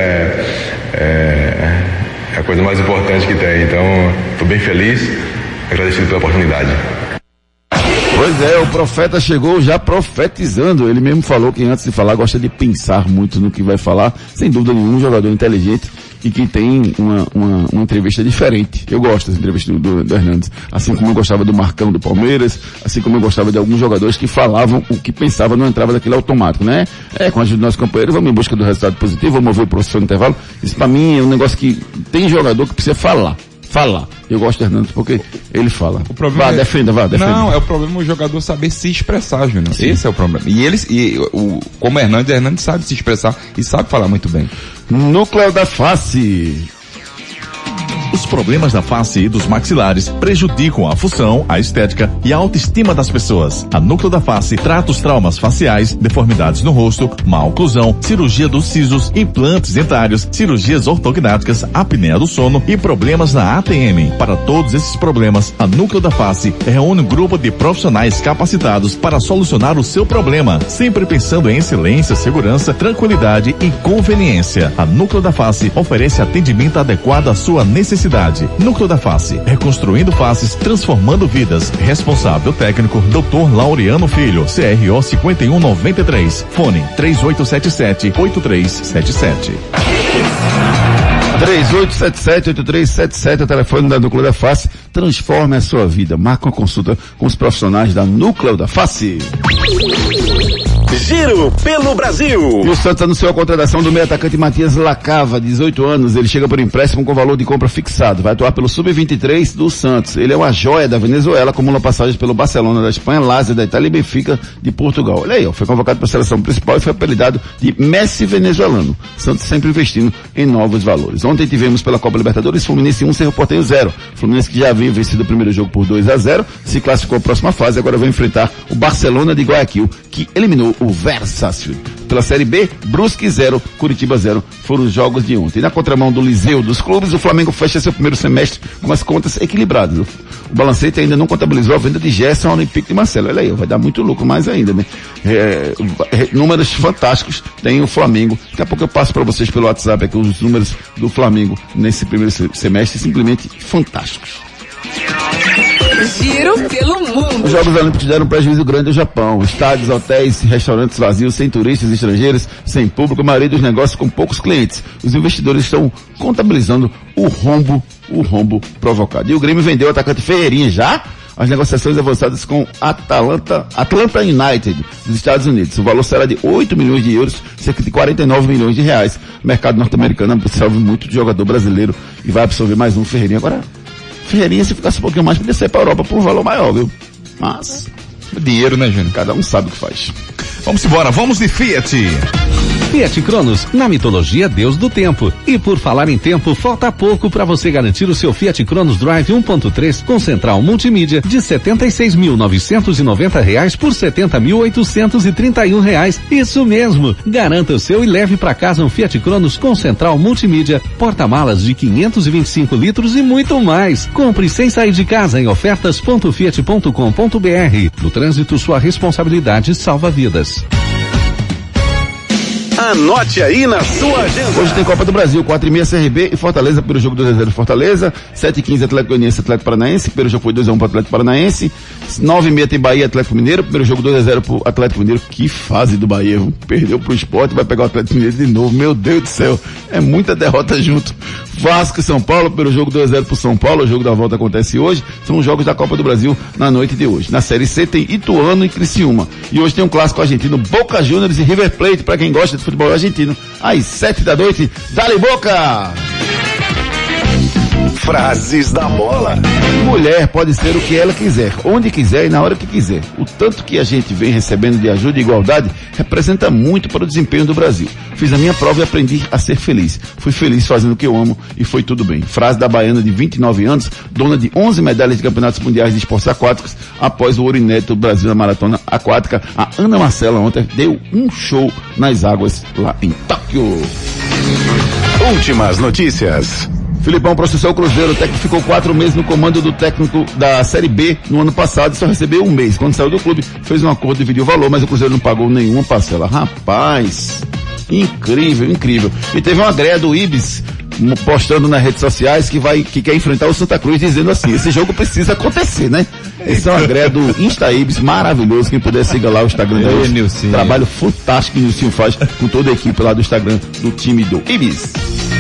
é a coisa mais importante que tem. Então, estou bem feliz, agradecido pela oportunidade. Pois é, o profeta chegou já profetizando. Ele mesmo falou que antes de falar gosta de pensar muito no que vai falar. Sem dúvida nenhuma, um jogador inteligente e que tem uma entrevista diferente. Eu gosto dessa entrevista do Hernandes. Assim como eu gostava do Marcão do Palmeiras, assim como eu gostava de alguns jogadores que falavam o que pensavam, não entrava daquele automático, né? Com a ajuda do nosso companheiro, vamos em busca do resultado positivo, vamos ouvir o professor no intervalo. Isso pra mim é um negócio que tem jogador que precisa falar. Eu gosto do Hernandes porque ele fala. O problema vá, defenda. Não, é o problema o jogador saber se expressar, Júnior. Sim. Esse é o problema. Como Hernandes sabe se expressar e sabe falar muito bem. Núcleo da face. Os problemas da face e dos maxilares prejudicam a função, a estética e a autoestima das pessoas. A Núcleo da Face trata os traumas faciais, deformidades no rosto, má oclusão, cirurgia dos sisos, implantes dentários, cirurgias ortognáticas, apneia do sono e problemas na ATM. Para todos esses problemas, a Núcleo da Face reúne um grupo de profissionais capacitados para solucionar o seu problema, sempre pensando em excelência, segurança, tranquilidade e conveniência. A Núcleo da Face oferece atendimento adequado à sua necessidade. Núcleo da Face, reconstruindo faces, transformando vidas. Responsável técnico, Dr. Laureano Filho, CRO 5193. Fone 3877-8377. 3877-8377 é o telefone da Núcleo da Face. Transforme a sua vida. Marque uma consulta com os profissionais da Núcleo da Face. Giro pelo Brasil. E o Santos anunciou a contratação do meio atacante Matias Lacava, 18 anos. Ele chega por empréstimo com valor de compra fixado. Vai atuar pelo Sub-23 do Santos. Ele é uma joia da Venezuela, acumula passagens pelo Barcelona da Espanha, Lazio da Itália e Benfica de Portugal. Olha aí, foi convocado para a seleção principal e foi apelidado de Messi venezuelano. Santos sempre investindo em novos valores. Ontem tivemos pela Copa Libertadores Fluminense 1, Cerro Porteño 0. Fluminense que já havia vencido o primeiro jogo por 2-0, se classificou à próxima fase, agora vai enfrentar o Barcelona de Guayaquil, que eliminou o Versace. Pela Série B, Brusque 0, Curitiba 0 foram os jogos de ontem. Na contramão do Liseu dos clubes, o Flamengo fecha seu primeiro semestre com as contas equilibradas. O Balancete ainda não contabilizou a venda de Gerson ao Olympique de Marseille. Olha aí, vai dar muito lucro mais ainda, né? Números fantásticos tem o Flamengo. Daqui a pouco eu passo para vocês pelo WhatsApp aqui os números do Flamengo nesse primeiro semestre, simplesmente fantásticos. Giro pelo mundo. Os Jogos Olímpicos deram um prejuízo grande ao Japão. Estádios, hotéis, restaurantes vazios, sem turistas estrangeiros, sem público, a maioria dos negócios com poucos clientes. Os investidores estão contabilizando o rombo provocado. E o Grêmio vendeu o atacante Ferreirinha já. As negociações avançadas com Atlanta United dos Estados Unidos. O valor será de 8 milhões de euros, cerca de 49 milhões de reais. O mercado norte-americano absorve muito de jogador brasileiro e vai absorver mais um Ferreirinha. Agora, Ferreirinha, se ficasse um pouquinho mais, podia sair para a Europa por um valor maior, viu? Mas dinheiro, né, Júnior? Cada um sabe o que faz. Vamos embora, vamos de Fiat. Fiat Cronos, na mitologia Deus do Tempo. E por falar em tempo, falta pouco para você garantir o seu Fiat Cronos Drive 1.3 com central multimídia de R$ 76.990 por R$ 70.831. Isso mesmo. Garanta o seu e leve para casa um Fiat Cronos com central multimídia, porta-malas de 525 litros e muito mais. Compre sem sair de casa em ofertas.fiat.com.br. No trânsito, sua responsabilidade salva vidas. Anote aí na sua agenda. Hoje tem Copa do Brasil, 4h30 CRB e Fortaleza, pelo jogo 2-0 Fortaleza, 7h15 Atlético Goianiense, Atlético Paranaense, pelo jogo foi 2-1 para o Atlético Paranaense, 9h30 tem Bahia e Atlético Mineiro, primeiro jogo 2-0 pro Atlético Mineiro. Que fase do Bahia, viu? Perdeu pro Sport, vai pegar o Atlético Mineiro de novo, meu Deus do céu, é muita derrota junto. Vasco e São Paulo, primeiro jogo 2-0 pro São Paulo, o jogo da volta acontece hoje, são os jogos da Copa do Brasil na noite de hoje. Na Série C tem Ituano e Criciúma, e hoje tem um clássico argentino, Boca Juniors e River Plate, pra quem gosta de futebol argentino, às 7 da noite, dale Boca! Frases da bola. Mulher pode ser o que ela quiser, onde quiser e na hora que quiser. O tanto que a gente vem recebendo de ajuda e igualdade representa muito para o desempenho do Brasil. Fiz a minha prova e aprendi a ser feliz. Fui feliz fazendo o que eu amo e foi tudo bem. Frase da baiana de 29 anos, dona de 11 medalhas de campeonatos mundiais de esportes aquáticos, após o ouro inédito do Brasil na maratona aquática. A Ana Marcela ontem deu um show nas águas lá em Tóquio. Últimas notícias. Filipão processou o Cruzeiro, o técnico ficou 4 meses no comando do técnico da Série B no ano passado e só recebeu 1 mês. Quando saiu do clube, fez um acordo, dividiu o valor, mas o Cruzeiro não pagou nenhuma parcela. Rapaz, incrível, incrível. E teve uma greia do Ibis postando nas redes sociais que quer enfrentar o Santa Cruz, dizendo assim, esse jogo precisa acontecer, né? Esse é uma greia do Insta Ibis, maravilhoso, quem puder siga lá o Instagram dele. Trabalho fantástico que o Nilcinho faz com toda a equipe lá do Instagram do time do Ibis.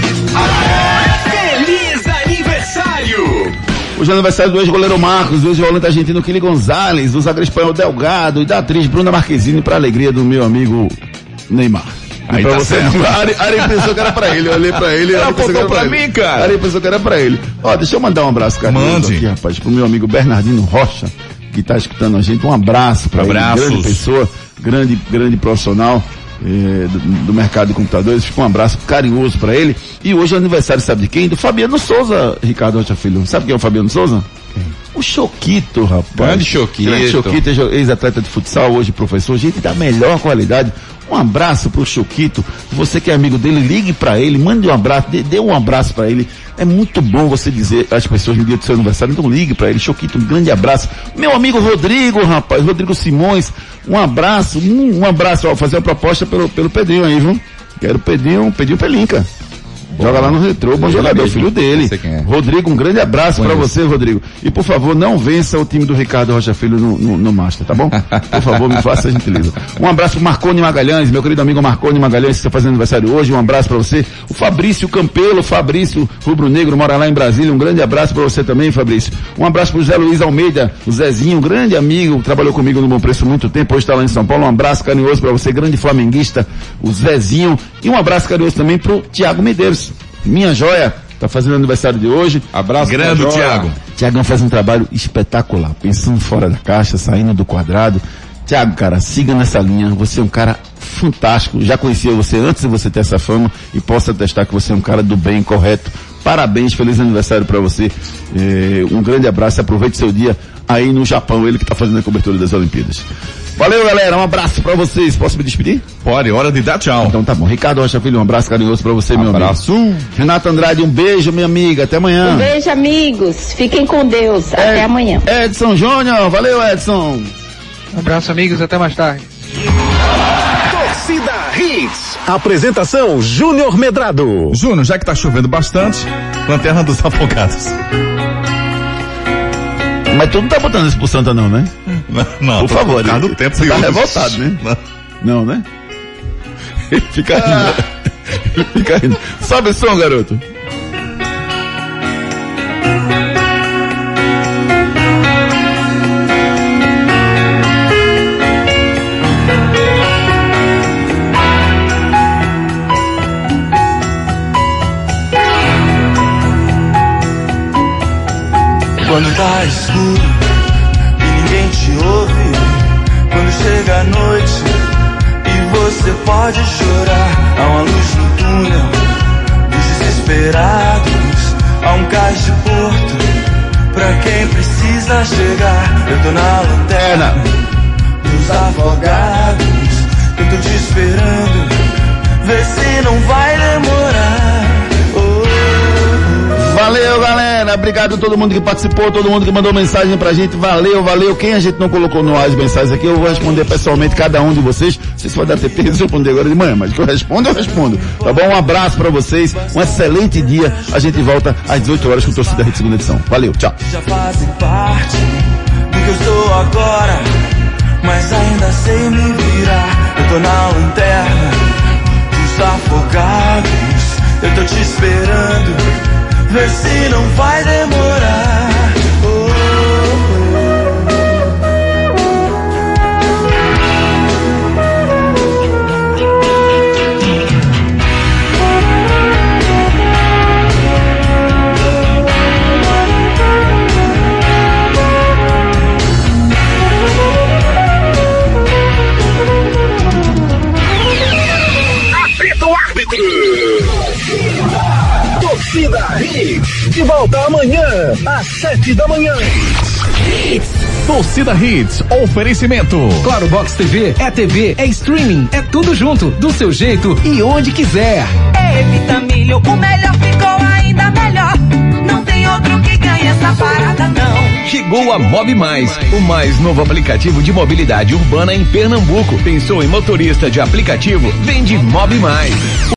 Feliz aniversário! Hoje é aniversário do ex-goleiro Marcos, do ex-volante argentino Kili Gonzalez, do zagueiro espanhol Delgado e da atriz Bruna Marquezine, para a alegria do meu amigo Neymar. Aí pra tá você certo. Ari pensou que era pra ele, eu olhei pra ele. Ela Ari pensou que era apontou pra ele. mim, cara. Ari pensou que era pra ele. Ó, deixa eu mandar um abraço, cara. Mande. Aqui, rapaz, pro meu amigo Bernardino Rocha, que tá escutando a gente. Um abraço pra ele. Abraços. Grande pessoa, grande profissional do mercado de computadores. Fica um abraço carinhoso pra ele. E hoje é aniversário, sabe de quem? Do Fabiano Souza, Ricardo Rocha Filho. Sabe quem é o Fabiano Souza? O Choquito, rapaz. Grande Choquito. Grande Choquito, ex-atleta de futsal, hoje professor, gente da melhor qualidade. Um abraço pro Choquito. Você que é amigo dele, ligue pra ele, mande um abraço, dê um abraço pra ele. É muito bom você dizer às pessoas no dia do seu aniversário, então ligue pra ele. Choquito, um grande abraço. Meu amigo Rodrigo, rapaz, Rodrigo Simões, um abraço, ó, fazer uma proposta pelo Pedrinho aí, viu? Quero Pedrinho Pelinca. Joga lá no Retrô, bom jogador, filho dele. Rodrigo, um grande abraço pra você, Rodrigo. E por favor, não vença o time do Ricardo Rocha Filho no Master, tá bom? Por favor, me faça a gentileza. Um abraço pro Marconi Magalhães, meu querido amigo Marconi Magalhães, que está fazendo aniversário hoje. Um abraço pra você. O Fabrício Campelo, Fabrício Rubro Negro, mora lá em Brasília. Um grande abraço pra você também, Fabrício. Um abraço pro Zé Luiz Almeida, o Zezinho, um grande amigo, trabalhou comigo no Bom Preço há muito tempo, hoje está lá em São Paulo. Um abraço carinhoso pra você, grande flamenguista, o Zezinho. E um abraço carinhoso também pro Tiago Medeiros. Minha joia, tá fazendo aniversário de hoje. Abraço, grande Thiago. Tiagão faz um trabalho espetacular, pensando fora da caixa, saindo do quadrado. Tiago, cara, siga nessa linha, você é um cara fantástico, já conhecia você antes de você ter essa fama e posso atestar que você é um cara do bem, correto. Parabéns, feliz aniversário pra você. Um grande abraço, aproveite seu dia aí no Japão, ele que tá fazendo a cobertura das Olimpíadas. Valeu, galera, um abraço pra vocês. Posso me despedir? Pode, hora de dar tchau. Então tá bom. Ricardo Rocha Filho, um abraço carinhoso pra você, meu Abraço. amigo. Renata Andrade, um beijo, minha amiga. Até amanhã. Um beijo, amigos. Fiquem com Deus. Até amanhã. Edson Júnior, valeu, Edson. Um abraço, amigos. Até mais tarde. Torcida Hits. Apresentação Júnior Medrado. Júnior, já que tá chovendo bastante, Lanterna dos Afogados. Mas tu não tá botando isso pro Santa não, né? Não, por favor. Por causa do tempo você tá hoje. revoltado, né? Não, né? Ele fica rindo. Ele fica rindo. Sobe o som, garoto. Quando tá escuro e ninguém te ouve, quando chega a noite e você pode chorar, há uma luz no túnel dos desesperados, há um cais de porto pra quem precisa chegar. Eu tô na lanterna dos afogados, eu tô te esperando, vê se não vai demorar. Valeu, galera. Obrigado a todo mundo que participou, todo mundo que mandou mensagem pra gente. Valeu. Quem a gente não colocou no ar as mensagens aqui, eu vou responder pessoalmente cada um de vocês. Não sei se vai dar tempo de responder agora de manhã, mas que eu respondo. Tá bom? Um abraço pra vocês. Um excelente dia. A gente volta às 18 horas com o Torcida Hits segunda edição. Valeu. Tchau. Já fazem parte do que eu sou agora, mas ainda sei me virar. Eu tô na lanterna dos afogados, eu tô te esperando, vê se não vai demorar. Torcida Hits, de volta amanhã, às 7 da manhã. Torcida Hits, oferecimento. Claro, Box TV, é streaming, é tudo junto, do seu jeito e onde quiser. É Vitamilho, o melhor ficou ainda melhor. Não tem outro que ganhe essa parada, não. Chegou a Mob Mais, o mais novo aplicativo de mobilidade urbana em Pernambuco. Pensou em motorista de aplicativo? Vem de Mob Mais.